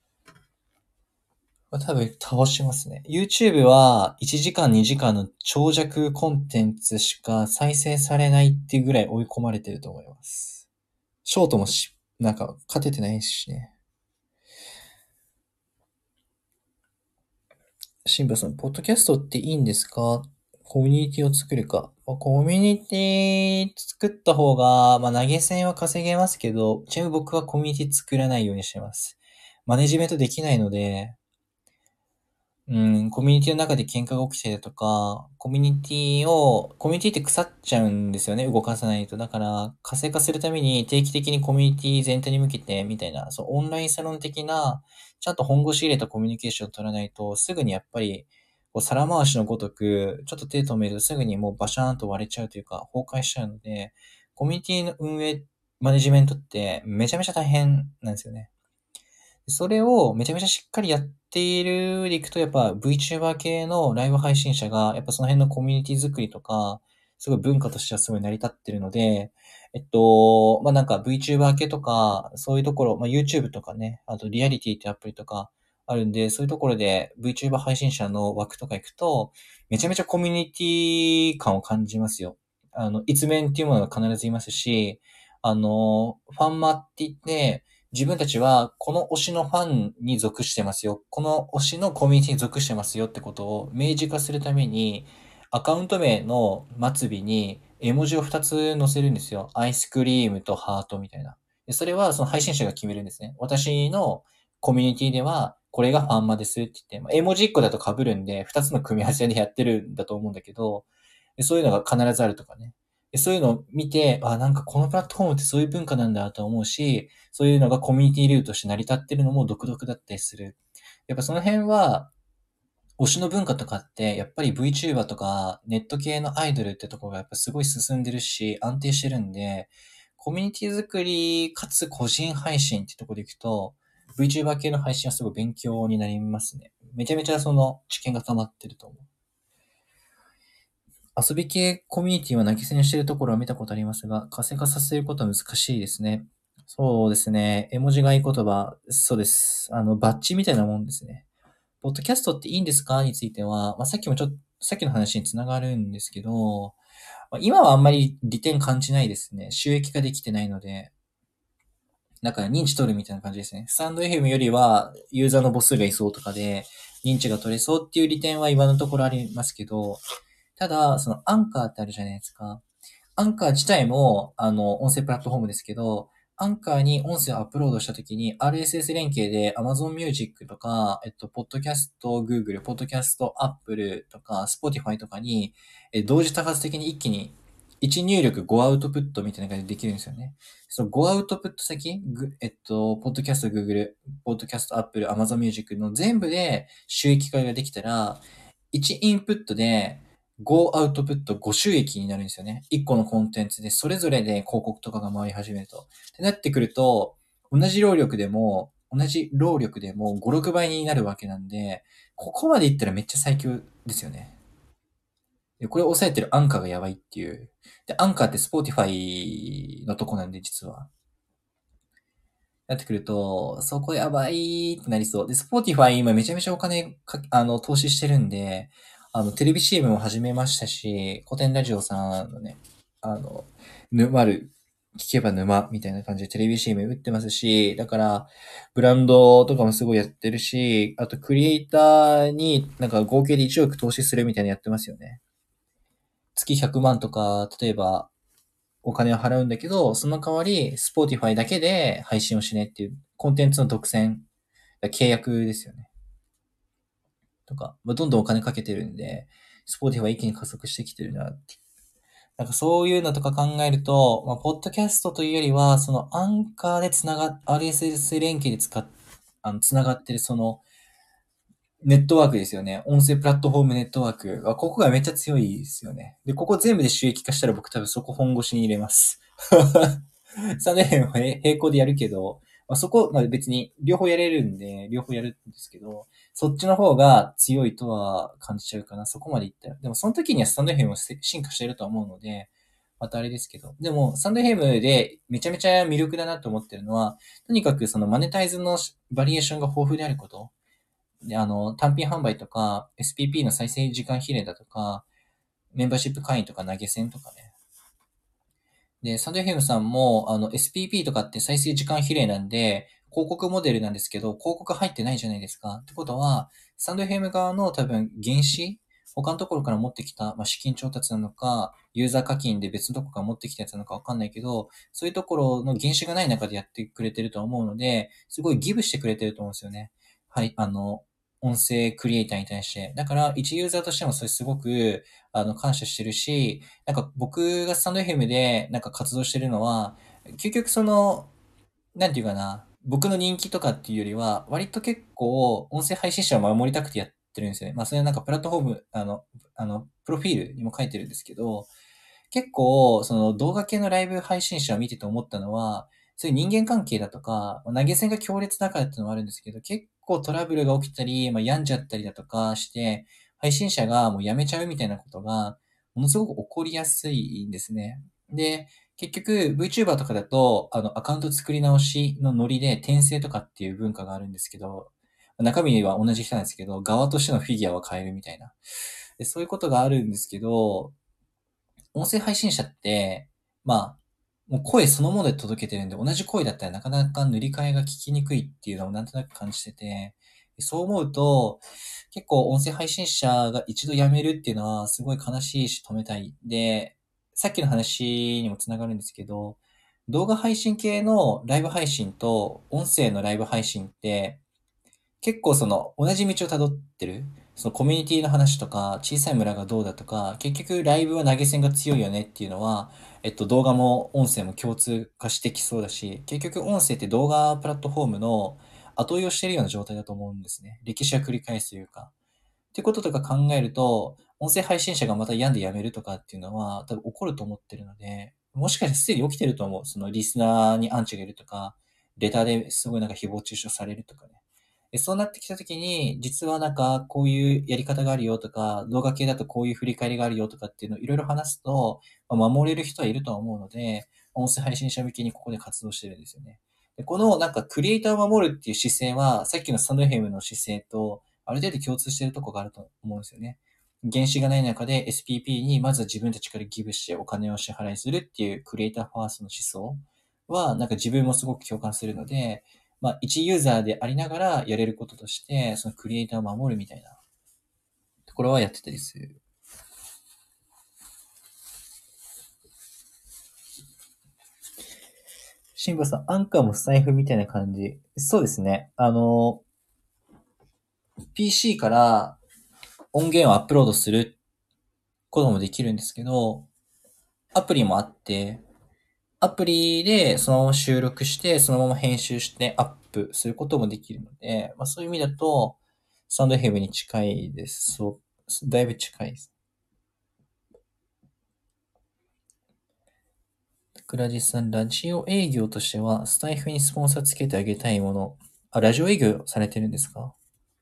多分倒しますね。YouTube は1時間2時間の長尺コンテンツしか再生されないっていうぐらい追い込まれてると思います。ショートもなんか勝ててないしね。シンバさん、ポッドキャストっていいんですか？コミュニティを作るか。コミュニティ作った方が、投げ銭は稼げますけど、ちなみに僕はコミュニティ作らないようにしてます。マネジメントできないので、コミュニティの中で喧嘩が起きたりだとか、コミュニティって腐っちゃうんですよね、動かさないと。だから、活性化するために定期的にコミュニティ全体に向けて、みたいな、オンラインサロン的な、ちゃんと本腰入れたコミュニケーションを取らないと、すぐにやっぱり、皿回しのごとく、ちょっと手止めるとすぐにもうバシャーンと割れちゃうというか、崩壊しちゃうので、コミュニティの運営、マネジメントってめちゃめちゃ大変なんですよね。それをめちゃめちゃしっかりやっているでいくと、やっぱ VTuber 系のライブ配信者が、やっぱその辺のコミュニティ作りとか、すごい文化としてはすごい成り立ってるので、なんか VTuber 系とか、そういうところ、YouTube とかね、あとリアリティってアプリとかあるんで、そういうところで VTuber 配信者の枠とか行くと、めちゃめちゃコミュニティ感を感じますよ。一面っていうものが必ずいますし、ファンマって言って、自分たちはこの推しのファンに属してますよ。この推しのコミュニティに属してますよってことを明示化するために、 アカウント名の末尾に絵文字を2つ載せるんですよ。アイスクリームとハートみたいな。でそれはその配信者が決めるんですね。私のコミュニティでは、これがファンマですって言って、絵文字1個だと被るんで、2つの組み合わせでやってるんだと思うんだけど、そういうのが必ずあるとかね。そういうのを見て、なんかこのプラットフォームってそういう文化なんだと思うし、そういうのがコミュニティルートとして成り立ってるのも独特だったりする。やっぱその辺は、推しの文化とかって、やっぱり VTuber とかネット系のアイドルってところがやっぱすごい進んでるし、安定してるんで、コミュニティ作りかつ個人配信ってところでいくと、VTuber 系の配信はすごい勉強になりますね。めちゃめちゃその知見が溜まってると思う。遊び系コミュニティは投げ銭しているところは見たことありますが、活性化させることは難しいですね。そうですね。絵文字がいい言葉、そうです。バッジみたいなもんですね。ポッドキャストっていいんですかについては、さっきの話につながるんですけど、今はあんまり利点感じないですね。収益化できてないので、だから認知取るみたいな感じですね。スタンド FM よりはユーザーの母数がいそうとかで、認知が取れそうっていう利点は今のところありますけど、ただ、そのアンカーってあるじゃないですか。アンカー自体も、音声プラットフォームですけど、アンカーに音声をアップロードしたときに、RSS 連携で Amazon Music とか、Podcast Google、Podcast Apple とか、Spotify とかに、同時多発的に一気に、1入力5アウトプットみたいな感じでできるんですよね。その5アウトプット先、Podcast Google、Podcast Apple、Amazon Music の全部で収益化ができたら、1インプットで5アウトプット5収益になるんですよね。1個のコンテンツでそれぞれで広告とかが回り始めると。ってなってくると、同じ労力でも5、6倍になるわけなんで、ここまでいったらめっちゃ最強ですよね。でこれを抑えてるアンカーがやばいっていう。で、アンカーってスポーティファイのとこなんで、実は。なってくると、そこやばいってなりそう。で、スポーティファイ今めちゃめちゃお金か、投資してるんで、テレビ CM も始めましたし、古典ラジオさんのね、沼る、聞けば沼みたいな感じでテレビ CM 打ってますし、だから、ブランドとかもすごいやってるし、あとクリエイターになんか合計で1億投資するみたいなのやってますよね。月100万とか、例えばお金を払うんだけど、その代わり、Spotify だけで配信をしねっていう、コンテンツの独占、契約ですよね。とか、どんどんお金かけてるんで、Spotify 一気に加速してきてるなって。なんかそういうのとか考えると、ポッドキャストというよりは、そのアンカーでRSS 連携でつながってるそのネットワークですよね。音声プラットフォームネットワークは、ここがめっちゃ強いですよね。で、ここ全部で収益化したら僕多分そこ本腰に入れます。3年は並行でやるけど、そこ、別に両方やれるんで、両方やるんですけど、そっちの方が強いとは感じちゃうかな。そこまでいったら。でもその時にはスタンド FM も進化してるとは思うので、またあれですけど。でも、スタンド FM でめちゃめちゃ魅力だなと思ってるのは、とにかくそのマネタイズのバリエーションが豊富であること。で、単品販売とか、SPP の再生時間比例だとか、メンバーシップ会員とか投げ銭とかね。で、サンド FM さんも、SPP とかって再生時間比例なんで、広告モデルなんですけど、広告入ってないじゃないですか。ってことは、サンド FM 側の多分原資他のところから持ってきた、資金調達なのか、ユーザー課金で別のところから持ってきたやつなのかわかんないけど、そういうところの原資がない中でやってくれてると思うので、すごいギブしてくれてると思うんですよね。はい、音声クリエイターに対して。だから、一ユーザーとしてもそれすごく、感謝してるし、なんか僕がスタンド FM でなんか活動してるのは、究極その、なんていうかな、僕の人気とかっていうよりは、割と結構音声配信者を守りたくてやってるんですよね。それはなんかプラットフォーム、プロフィールにも書いてるんですけど、結構、その動画系のライブ配信者を見てて思ったのは、そういう人間関係だとか、投げ銭が強烈だからっていうのもあるんですけど、結構トラブルが起きたり、病んじゃったりだとかして、配信者がもう辞めちゃうみたいなことが、ものすごく起こりやすいんですね。で、結局 VTuber とかだと、アカウント作り直しのノリで転生とかっていう文化があるんですけど、中身は同じ人なんですけど、側としてのフィギュアは変えるみたいな。でそういうことがあるんですけど、音声配信者って、もう声そのもので届けてるんで、同じ声だったらなかなか塗り替えが聞きにくいっていうのをなんとなく感じてて、 そう思うと、結構音声配信者が一度辞めるっていうのはすごい悲しいし止めたい。で、さっきの話にもつながるんですけど、動画配信系のライブ配信と音声のライブ配信って結構その同じ道を辿ってる。そのコミュニティの話とか、小さい村がどうだとか、結局ライブは投げ銭が強いよねっていうのは、動画も音声も共通化してきそうだし、結局音声って動画プラットフォームの後追いをしてるような状態だと思うんですね。歴史は繰り返すというか。ってこととか考えると、音声配信者がまた病んで辞めるとかっていうのは多分起こると思ってるので、もしかしてすでに起きてると思う。そのリスナーにアンチがいるとか、レターですごいなんか誹謗中傷されるとかね。そうなってきたときに、実はなんかこういうやり方があるよとか、動画系だとこういう振り返りがあるよとかっていうのをいろいろ話すと、守れる人はいるとは思うので、音声配信者向けにここで活動してるんですよね。で、このなんかクリエイターを守るっていう姿勢は、さっきのスタンドヘムの姿勢と、ある程度共通しているところがあると思うんですよね。原資がない中で SPP にまずは自分たちからギブしてお金を支払いするっていうクリエイターファーストの思想は、なんか自分もすごく共感するので、一ユーザーでありながらやれることとして、そのクリエイターを守るみたいなところはやってたりする。シンバさん、アンカーもスタイフみたいな感じ。そうですね。PC から音源をアップロードすることもできるんですけど、アプリもあって、アプリでそのまま収録して、そのまま編集してアップすることもできるので、そういう意味だと、スタンドヘブに近いです。そう、だいぶ近いです。桜地さん、ラジオ営業としては、スタイフにスポンサーつけてあげたいもの。あ、ラジオ営業されてるんですか？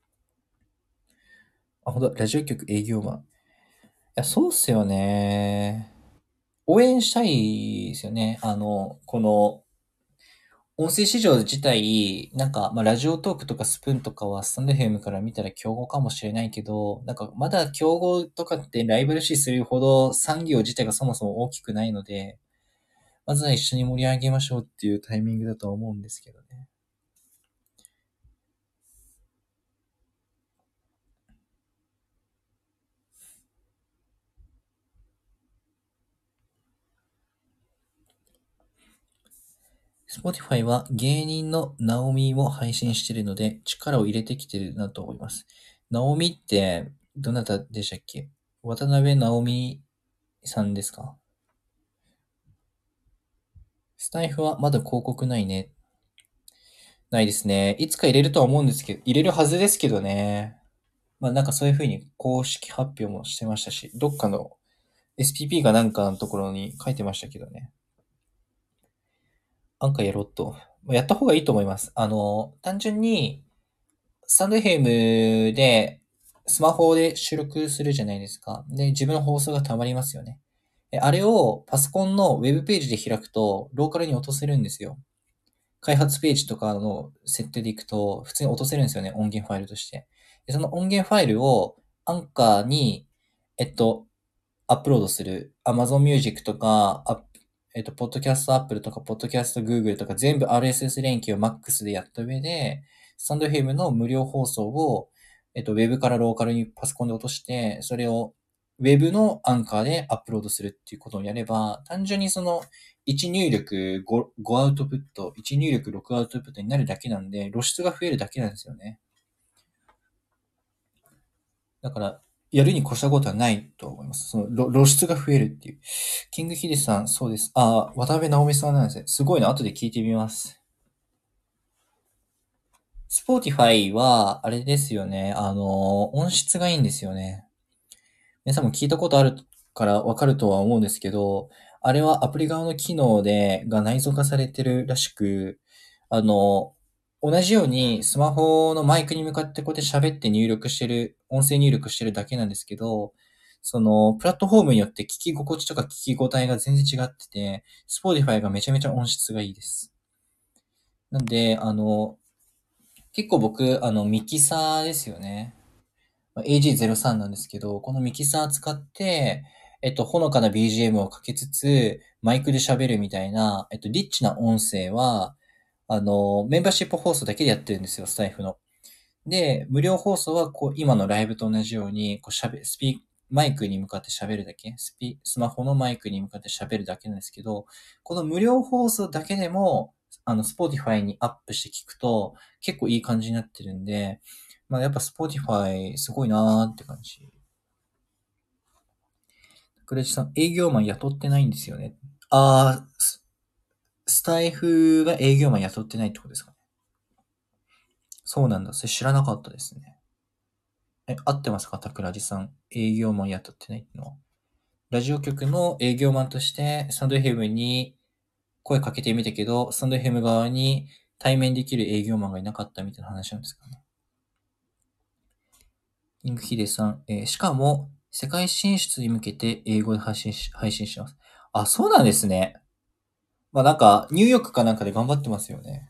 あ、ほんと、ラジオ局営業マン。いや、そうっすよね。応援したいですよね。この、音声市場自体、なんか、ラジオトークとかスプーンとかはスタンド FM から見たら競合かもしれないけど、なんか、まだ競合とかってライバル視するほど産業自体がそもそも大きくないので、まずは一緒に盛り上げましょうっていうタイミングだと思うんですけどね。Spotify は芸人のナオミを配信しているので力を入れてきてるなと思います。ナオミってどなたでしたっけ？渡辺直美さんですか？スタイフはまだ広告ないね。ないですね。いつか入れるとは思うんですけど、入れるはずですけどね。なんかそういうふうに公式発表もしてましたし、どっかの SPP がなんかのところに書いてましたけどね。なんかやろうと。やった方がいいと思います。単純に、スタンド FM で、スマホで収録するじゃないですか。で、自分の放送が溜まりますよね。あれをパソコンのウェブページで開くと、ローカルに落とせるんですよ。開発ページとかの設定でいくと、普通に落とせるんですよね、音源ファイルとして。で、その音源ファイルをアンカーに、えっと、アップロードする。Amazon Music とか、Podcast Apple とか、Podcast Google とか、全部 RSS 連携を Max でやった上で、スタンド FM の無料放送を、ウェブからローカルにパソコンで落として、それをウェブのアンカーでアップロードするっていうことをやれば、単純にその1入力5アウトプット、1入力6アウトプットになるだけなんで、露出が増えるだけなんですよね。だから、やるに越したことはないと思います。その露出が増えるっていう。キングヒデさん、そうです。渡辺直美さんなんですね。すごいな。後で聞いてみます。スポーティファイは、あれですよね。音質がいいんですよね。皆さんも聞いたことあるからわかるとは思うんですけど、あれはアプリ側の機能が内蔵化されてるらしく、あの、同じようにスマホのマイクに向かってこうやって喋って入力してる、音声入力してるだけなんですけど、その、プラットフォームによって聞き心地とか聞き応えが全然違ってて、Spotify がめちゃめちゃ音質がいいです。なんで、結構僕、ミキサーですよね。AG03 なんですけど、このミキサー使って、ほのかな BGM をかけつつ、マイクで喋るみたいな、リッチな音声は、メンバーシップ放送だけでやってるんですよ、スタイフの。 で、無料放送はこう今のライブと同じように、こうマイクに向かって喋るだけ、スマホのマイクに向かって喋るだけなんですけど、この無料放送だけでも、Spotify にアップして聞くと、結構いい感じになってるんで、まあやっぱ Spotify すごいなーって感じ。クレジさん、営業マン雇ってないんですよね。スタイフが営業マン雇ってないってことですかね。そうなんだ。それ知らなかったですね。合ってますか桜地さん。営業マン雇ってないってのは。ラジオ局の営業マンとして、スタンド FM に声かけてみたけど、スタンド FM 側に対面できる営業マンがいなかったみたいな話なんですかね。イングヒデさん、しかも、世界進出に向けて英語で配信してます。あ、そうなんですね。まあなんか、ニューヨークかなんかで頑張ってますよね。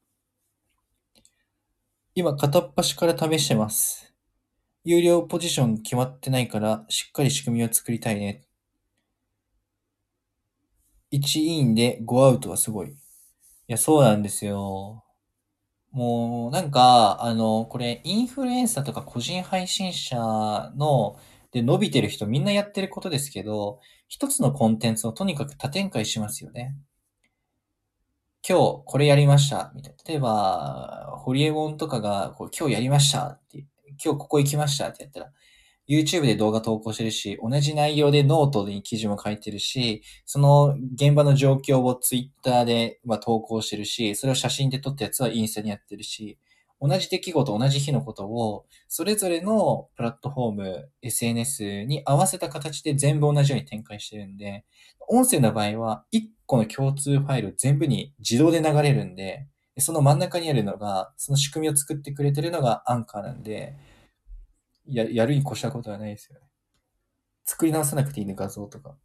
今、片っ端から試してます。有料ポジション決まってないから、しっかり仕組みを作りたいね。1インで5アウトはすごい。いや、そうなんですよ。もう、なんか、これ、インフルエンサーとか個人配信者で伸びてる人みんなやってることですけど、一つのコンテンツをとにかく多展開しますよね。今日これやりました、みたいな。例えば、ホリエモンとかが、今日やりましたって、今日ここ行きましたってやったら、YouTube で動画投稿してるし、同じ内容でノートに記事も書いてるし、その現場の状況を Twitter で投稿してるし、それを写真で撮ったやつはインスタにやってるし、同じ出来事、同じ日のことを、それぞれのプラットフォーム、SNS に合わせた形で全部同じように展開してるんで、音声の場合は、1個の共通ファイル全部に自動で流れるんで、その真ん中にあるのが、その仕組みを作ってくれてるのがアンカーなんで、やるに越したことはないですよね。作り直さなくていいね、画像とか。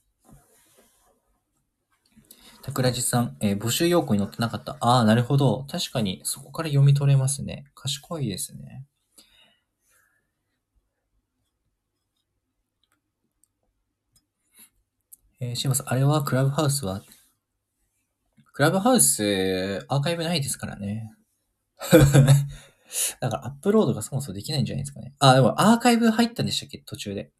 桜地さん、募集要項に載ってなかった。ああ、なるほど。確かに、そこから読み取れますね。賢いですね。シマさん、あれはクラブハウスはクラブハウス、アーカイブないですからね。だからアップロードがそもそもできないんじゃないですかね。あ、でもアーカイブ入ったんでしたっけ途中で。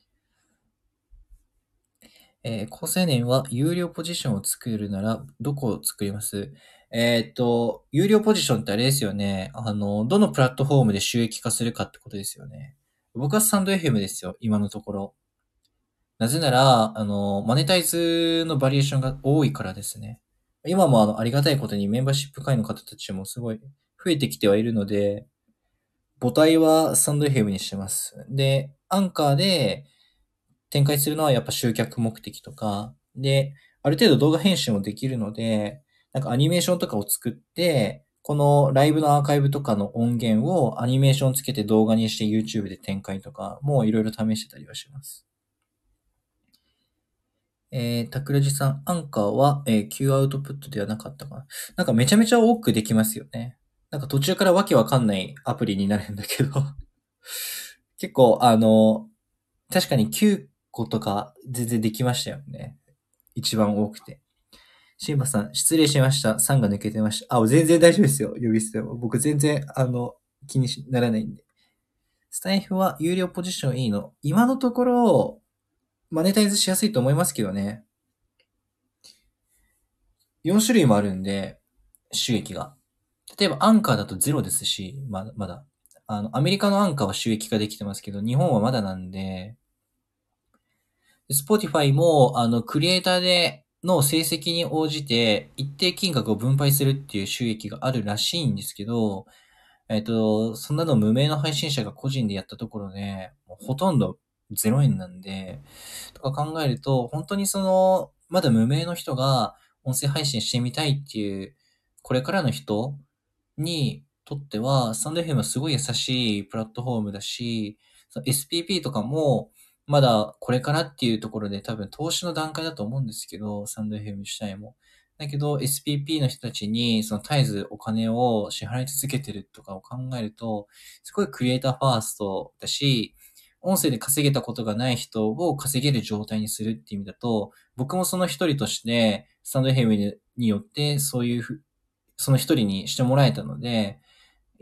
高青年は有料ポジションを作るなら、どこを作ります有料ポジションってあれですよね。どのプラットフォームで収益化するかってことですよね。僕はスタンド FM ですよ、今のところ。なぜなら、マネタイズのバリエーションが多いからですね。今もありがたいことにメンバーシップ会員の方たちもすごい増えてきてはいるので、母体はスタンド FM にしてます。で、アンカーで展開するのはやっぱ集客目的とか、で、ある程度動画編集もできるので、なんかアニメーションとかを作って、このライブのアーカイブとかの音源をアニメーションつけて動画にして YouTube で展開とか、もういろいろ試してたりはします。タクラジさん、アンカーは、Q アウトプットではなかったかな。なんかめちゃめちゃ多くできますよね。なんか途中からわけわかんないアプリになるんだけど結構、確かに9個とか全然できましたよね。一番多くて。シンバさん、失礼しました。3が抜けてました。あ、全然大丈夫ですよ。呼び捨ても。僕全然、気にならないんで。スタイフは有料ポジションいいの今のところ、マネタイズしやすいと思いますけどね。4種類もあるんで、収益が。例えばアンカーだとゼロですし、まだ。アメリカのアンカーは収益化できてますけど、日本はまだなんで、Spotify も、クリエイターの成績に応じて、一定金額を分配するっていう収益があるらしいんですけど、そんなの無名の配信者が個人でやったところで、もうほとんど0円なんで、とか考えると、本当にまだ無名の人が音声配信してみたいっていう、これからの人にとっては、スタンド FM はすごい優しいプラットフォームだし、その SPP とかも、まだこれからっていうところで多分投資の段階だと思うんですけど、スタンド FM 自体も。だけど SPP の人たちにその絶えずお金を支払い続けてるとかを考えると、すごいクリエイターファーストだし、音声で稼げたことがない人を稼げる状態にするっていう意味だと、僕もその一人として、スタンド FM によってそういうその一人にしてもらえたので、やっぱ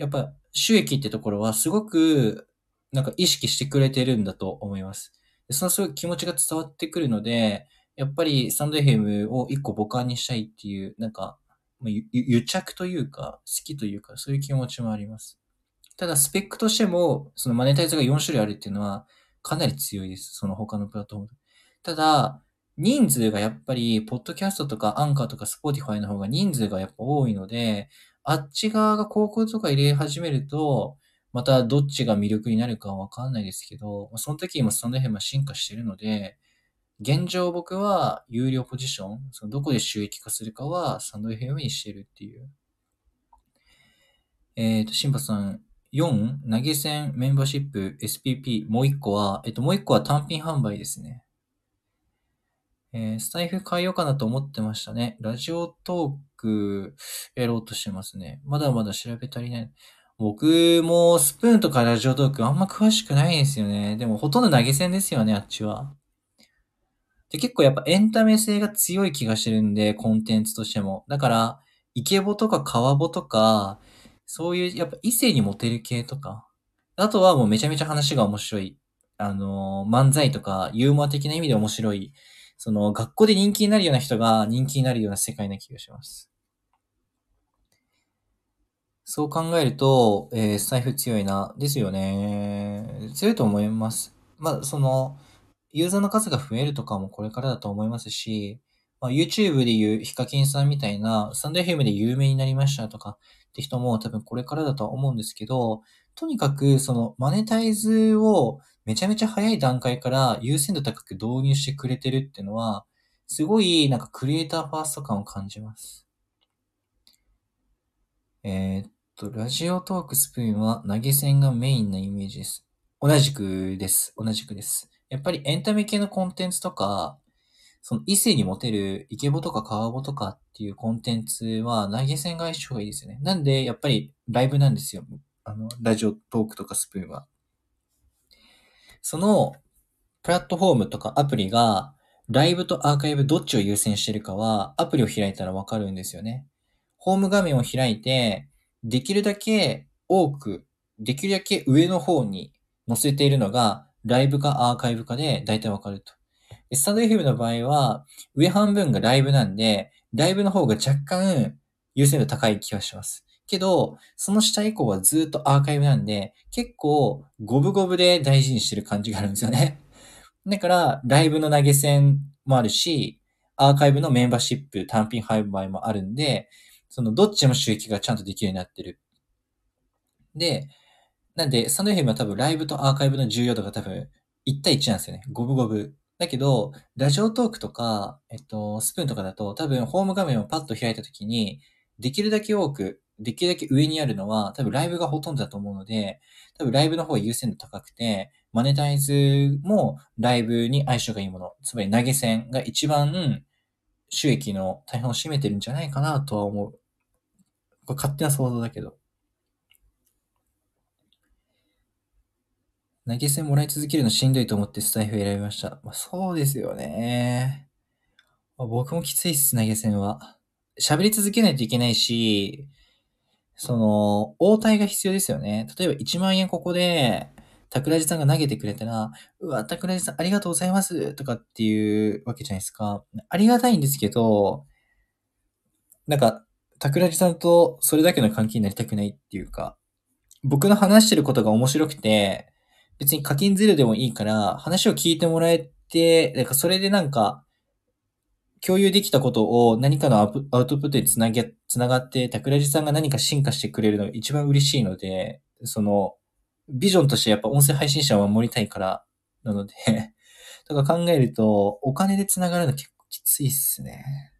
収益ってところはすごく、なんか意識してくれてるんだと思います。でそのすごい気持ちが伝わってくるので、やっぱりスタンド FM を一個母艦にしたいっていう、なんか、癒着というか、好きというか、そういう気持ちもあります。ただ、スペックとしても、そのマネタイズが4種類あるっていうのは、かなり強いです。その他のプラットフォーム。ただ、人数がやっぱり、ポッドキャストとかアンカーとかスポーティファイの方が人数がやっぱ多いので、あっち側が広告とか入れ始めると、またどっちが魅力になるかはわかんないですけど、その時にもスタンド FM は進化してるので、現状僕は有料ポジション、そのどこで収益化するかはスタンド FM にしてるっていう。シンバさん、4、投げ銭、メンバーシップ、SPP、もう一個は、もう一個は単品販売ですね。スタイフ変えようかなと思ってましたね。ラジオトークやろうとしてますね。まだまだ調べ足りない。僕もスプーンとかラジオトークあんま詳しくないんですよね。でもほとんど投げ銭ですよね、あっちは。で、結構やっぱエンタメ性が強い気がしてるんで、コンテンツとしても。だから、イケボとかカワボとか、そういうやっぱ異性にモテる系とか。あとはもうめちゃめちゃ話が面白い。漫才とかユーモア的な意味で面白い。その、学校で人気になるような人が人気になるような世界な気がします。そう考えると、スタイフ強いな。ですよね。強いと思います。まあ、その、ユーザーの数が増えるとかもこれからだと思いますし、YouTube でいうヒカキンさんみたいな、スタンド FM で有名になりましたとかって人も多分これからだとは思うんですけど、とにかくそのマネタイズをめちゃめちゃ早い段階から優先度高く導入してくれてるっていうのは、すごいなんかクリエイターファースト感を感じます。ラジオトークスプーンは投げ銭がメインなイメージです。同じくです。同じくです。やっぱりエンタメ系のコンテンツとか、その異性にモテるイケボとかカワボとかっていうコンテンツは投げ銭が相性がいいですよね。なんで、やっぱりライブなんですよ。ラジオトークとかスプーンは。そのプラットフォームとかアプリが、ライブとアーカイブどっちを優先してるかは、アプリを開いたらわかるんですよね。ホーム画面を開いて、できるだけ多く、できるだけ上の方に載せているのが、ライブかアーカイブかで大体わかると。スタンド FM の場合は、上半分がライブなんで、ライブの方が若干優先度高い気がします。けど、その下以降はずっとアーカイブなんで、結構五分五分で大事にしてる感じがあるんですよね。だから、ライブの投げ銭もあるし、アーカイブのメンバーシップ単品販売もあるんで、そのどっちも収益がちゃんとできるようになってる。で、なんで、スタンド FM は多分ライブとアーカイブの重要度が多分1対1なんですよね。五分五分。だけど、ラジオトークとか、スプーンとかだと多分ホーム画面をパッと開いたときに、できるだけ多く、できるだけ上にあるのは多分ライブがほとんどだと思うので、多分ライブの方が優先度高くて、マネタイズもライブに相性がいいもの。つまり投げ銭が一番収益の大半を占めてるんじゃないかなとは思う。これ勝手な想像だけど。投げ銭もらい続けるのしんどいと思ってスタイフ選びました。そうですよね。僕もきついっす、投げ銭は。喋り続けないといけないし、その、応対が必要ですよね。例えば1万円ここで、桜地さんが投げてくれたら、うわ、桜地さんありがとうございますとかっていうわけじゃないですか。ありがたいんですけど、なんか、桜地さんとそれだけの関係になりたくないっていうか、僕の話してることが面白くて、別に課金ゼロでもいいから、話を聞いてもらえて、なんかそれでなんか、共有できたことを何かのアウトプットにつながって、桜地さんが何か進化してくれるのが一番嬉しいので、その、ビジョンとしてやっぱ音声配信者を守りたいからなのでとか考えると、お金でつながるの結構きついっすね。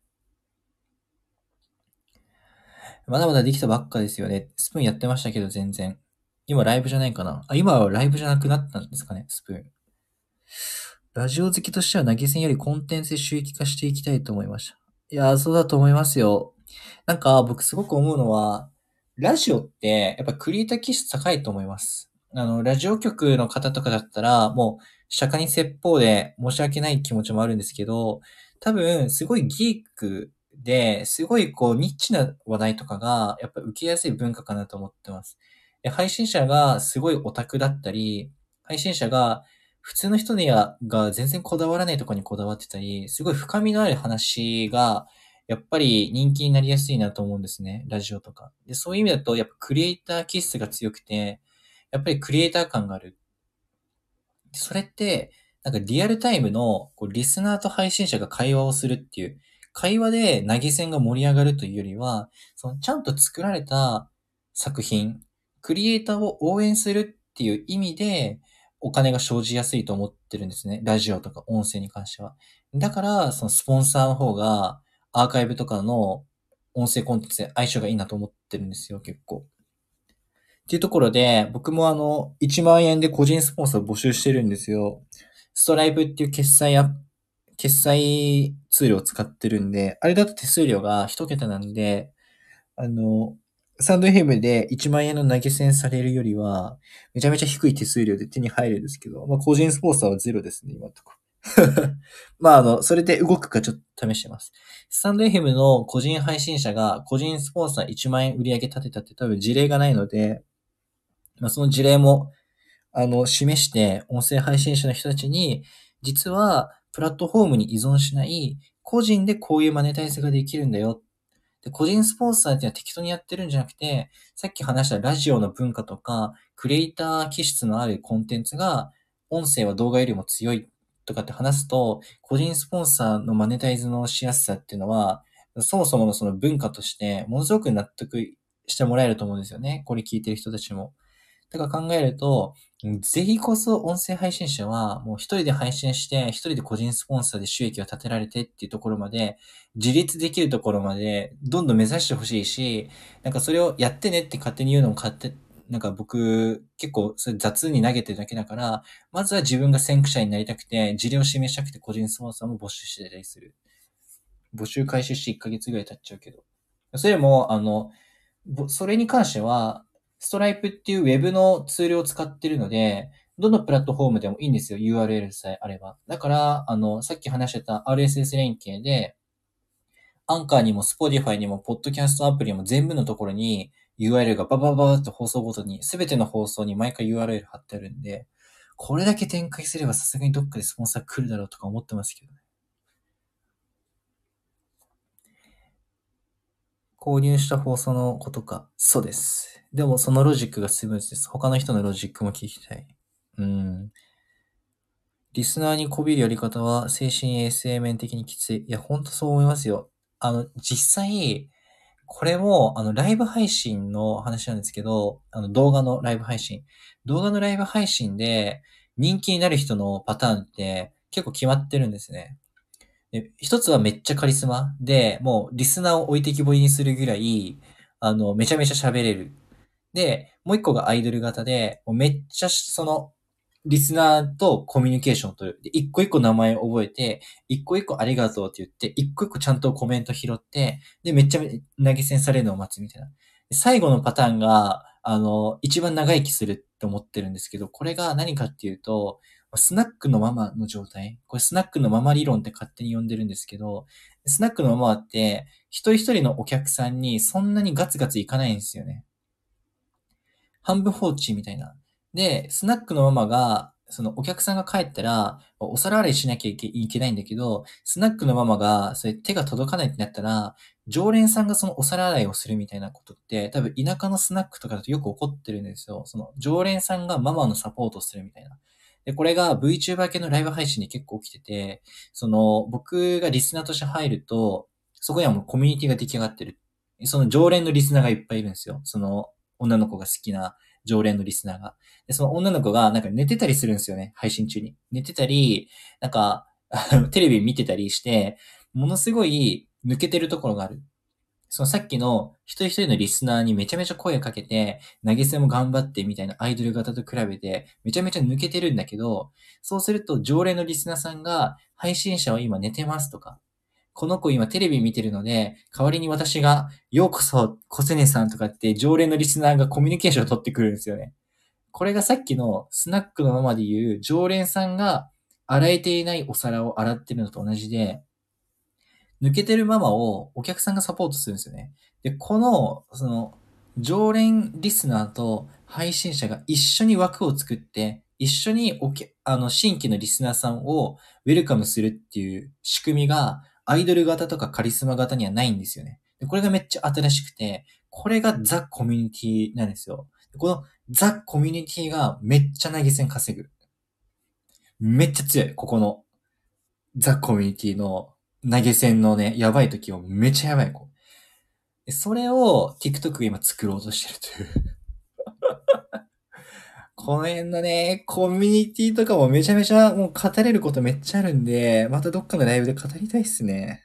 まだまだできたばっかですよね。スプーンやってましたけど全然。今ライブじゃないかな。今はライブじゃなくなったんですかね、スプーン。ラジオ好きとしては投げ銭よりコンテンツで収益化していきたいと思いました。いやー、そうだと思いますよ。なんか僕すごく思うのは、ラジオってやっぱクリエイター気質高いと思います。ラジオ局の方とかだったら、もう釈迦に説法で申し訳ない気持ちもあるんですけど、多分すごいギークで、すごいこうニッチな話題とかがやっぱ受けやすい文化かなと思ってます。 配信者がすごいオタクだったり、配信者が普通の人が全然こだわらないところにこだわってたり、すごい深みのある話が、やっぱり人気になりやすいなと思うんですね。ラジオとか。で、そういう意味だと、やっぱクリエイター気質が強くて、やっぱりクリエイター感がある。それって、なんかリアルタイムのリスナーと配信者が会話をするっていう、会話で投げ銭が盛り上がるというよりは、そのちゃんと作られた作品、クリエイターを応援するっていう意味で、お金が生じやすいと思ってるんですね。ラジオとか音声に関しては。だから、そのスポンサーの方が、アーカイブとかの音声コンテンツで相性がいいなと思ってるんですよ、結構。っていうところで、僕も1万円で個人スポンサーを募集してるんですよ。ストライプっていう決済ツールを使ってるんで、あれだと手数料が一桁なんで、あの、サンド FM で1万円の投げ銭されるよりは、めちゃめちゃ低い手数料で手に入るんですけど、まあ、個人スポンサーはゼロですね、今のところ。まあ、それで動くかちょっと試してます。スタンド FM の個人配信者が個人スポンサー1万円売り上げ立てたって多分事例がないので、まあ、その事例も、示して、音声配信者の人たちに、実は、プラットフォームに依存しない、個人でこういうマネタイズができるんだよ。で、個人スポンサーっていうのは適当にやってるんじゃなくて、さっき話したラジオの文化とか、クリエイター気質のあるコンテンツが、音声は動画よりも強いとかって話すと、個人スポンサーのマネタイズのしやすさっていうのは、そもそものその文化として、ものすごく納得してもらえると思うんですよね。これ聞いてる人たちも。だから考えると、ぜひこそ音声配信者はもう一人で配信して、一人で個人スポンサーで収益を立てられてっていうところまで、自立できるところまでどんどん目指してほしいし、なんかそれをやってねって勝手に言うのもなんか僕結構それ雑に投げてるだけだから、まずは自分が先駆者になりたくて、事例を示したくて個人スポンサーも募集してたりする。募集開始して1ヶ月ぐらい経っちゃうけど。それも、それに関しては、ストライプっていうウェブのツールを使ってるので、どのプラットフォームでもいいんですよ。URL さえあれば。だから、さっき話してた RSS 連携で、アンカーにも Spotify にも、ポッドキャストアプリも全部のところに URL がババババーっと放送ごとに、すべての放送に毎回 URL 貼ってあるんで、これだけ展開すればさすがにどっかでスポンサー来るだろうとか思ってますけどね。購入した放送のことか。そうです。でもそのロジックがスムーズです。他の人のロジックも聞きたい。うん。リスナーに媚びるやり方は精神衛生面的にきつい。いや、ほんとそう思いますよ。実際、これも、ライブ配信の話なんですけど、動画のライブ配信。動画のライブ配信で人気になる人のパターンって結構決まってるんですね。で、一つはめっちゃカリスマで、もうリスナーを置いてきぼりにするぐらい、めちゃめちゃ喋れる。で、もう一個がアイドル型で、もうめっちゃリスナーとコミュニケーションを取る。で、一個一個名前を覚えて、一個一個ありがとうって言って、一個一個ちゃんとコメント拾って、で、めっちゃ投げ銭されるのを待つみたいな。で最後のパターンが、一番長生きするって思ってるんですけど、これが何かっていうと、スナックのママの状態。これスナックのママ理論って勝手に呼んでるんですけど、スナックのママって、一人一人のお客さんにそんなにガツガツいかないんですよね。半分放置みたいな。で、スナックのママが、そのお客さんが帰ったら、お皿洗いしなきゃいけないんだけど、スナックのママが、それ手が届かないってなったら、常連さんがそのお皿洗いをするみたいなことって、多分田舎のスナックとかだとよく起こってるんですよ。その常連さんがママのサポートをするみたいな。で、これが VTuber 系のライブ配信に結構起きてて、僕がリスナーとして入ると、そこにはもうコミュニティが出来上がってる。その常連のリスナーがいっぱいいるんですよ。その女の子が好きな常連のリスナーが。で、その女の子がなんか寝てたりするんですよね、配信中に。寝てたり、なんか、テレビ見てたりして、ものすごい抜けてるところがある。そのさっきの一人一人のリスナーにめちゃめちゃ声かけて、投げ銭も頑張ってみたいなアイドル型と比べて、めちゃめちゃ抜けてるんだけど、そうすると常連のリスナーさんが、配信者は今寝てますとか、この子今テレビ見てるので、代わりに私が、ようこそ、コセネさんとかって常連のリスナーがコミュニケーションを取ってくるんですよね。これがさっきのスナックのままで言う常連さんが洗えていないお皿を洗ってるのと同じで、抜けてるママをお客さんがサポートするんですよね。で、常連リスナーと配信者が一緒に枠を作って、一緒に新規のリスナーさんをウェルカムするっていう仕組みが、アイドル型とかカリスマ型にはないんですよね。でこれがめっちゃ新しくて、これがザ・コミュニティなんですよ。このザ・コミュニティがめっちゃ投げ銭稼ぐ。めっちゃ強い。ここのザ・コミュニティの投げ銭のね、やばい時はめっちゃやばい子。でそれを TikTok が今作ろうとしてるという。この辺のね、コミュニティとかもめちゃめちゃもう語れることめっちゃあるんで、またどっかのライブで語りたいっすね。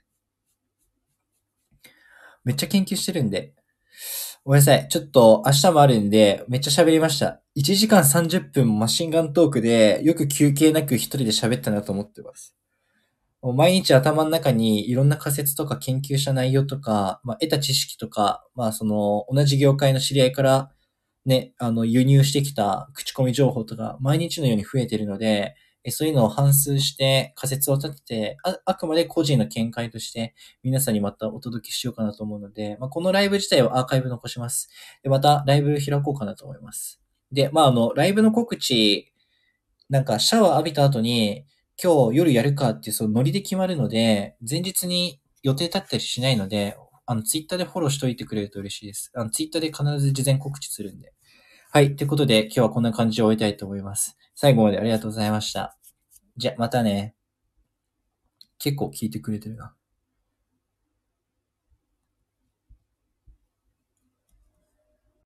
めっちゃ研究してるんで。ごめんなさい。ちょっと明日もあるんで、めっちゃ喋りました。1時間30分マシンガントークで、よく休憩なく一人で喋ったなと思ってます。もう毎日頭の中にいろんな仮説とか研究した内容とか、得た知識とか、同じ業界の知り合いからね、輸入してきた口コミ情報とか、毎日のように増えているので、そういうのを反数して仮説を立てて、あくまで個人の見解として皆さんにまたお届けしようかなと思うので、このライブ自体はアーカイブ残します。で、またライブ開こうかなと思います。で、ライブの告知、なんかシャワー浴びた後に、今日夜やるかっていうそのノリで決まるので、前日に予定立ったりしないので、ツイッターでフォローしといてくれると嬉しいです。ツイッターで必ず事前告知するんで。はい。ということで、今日はこんな感じで終えたいと思います。最後までありがとうございました。じゃ、またね。結構聞いてくれてるな。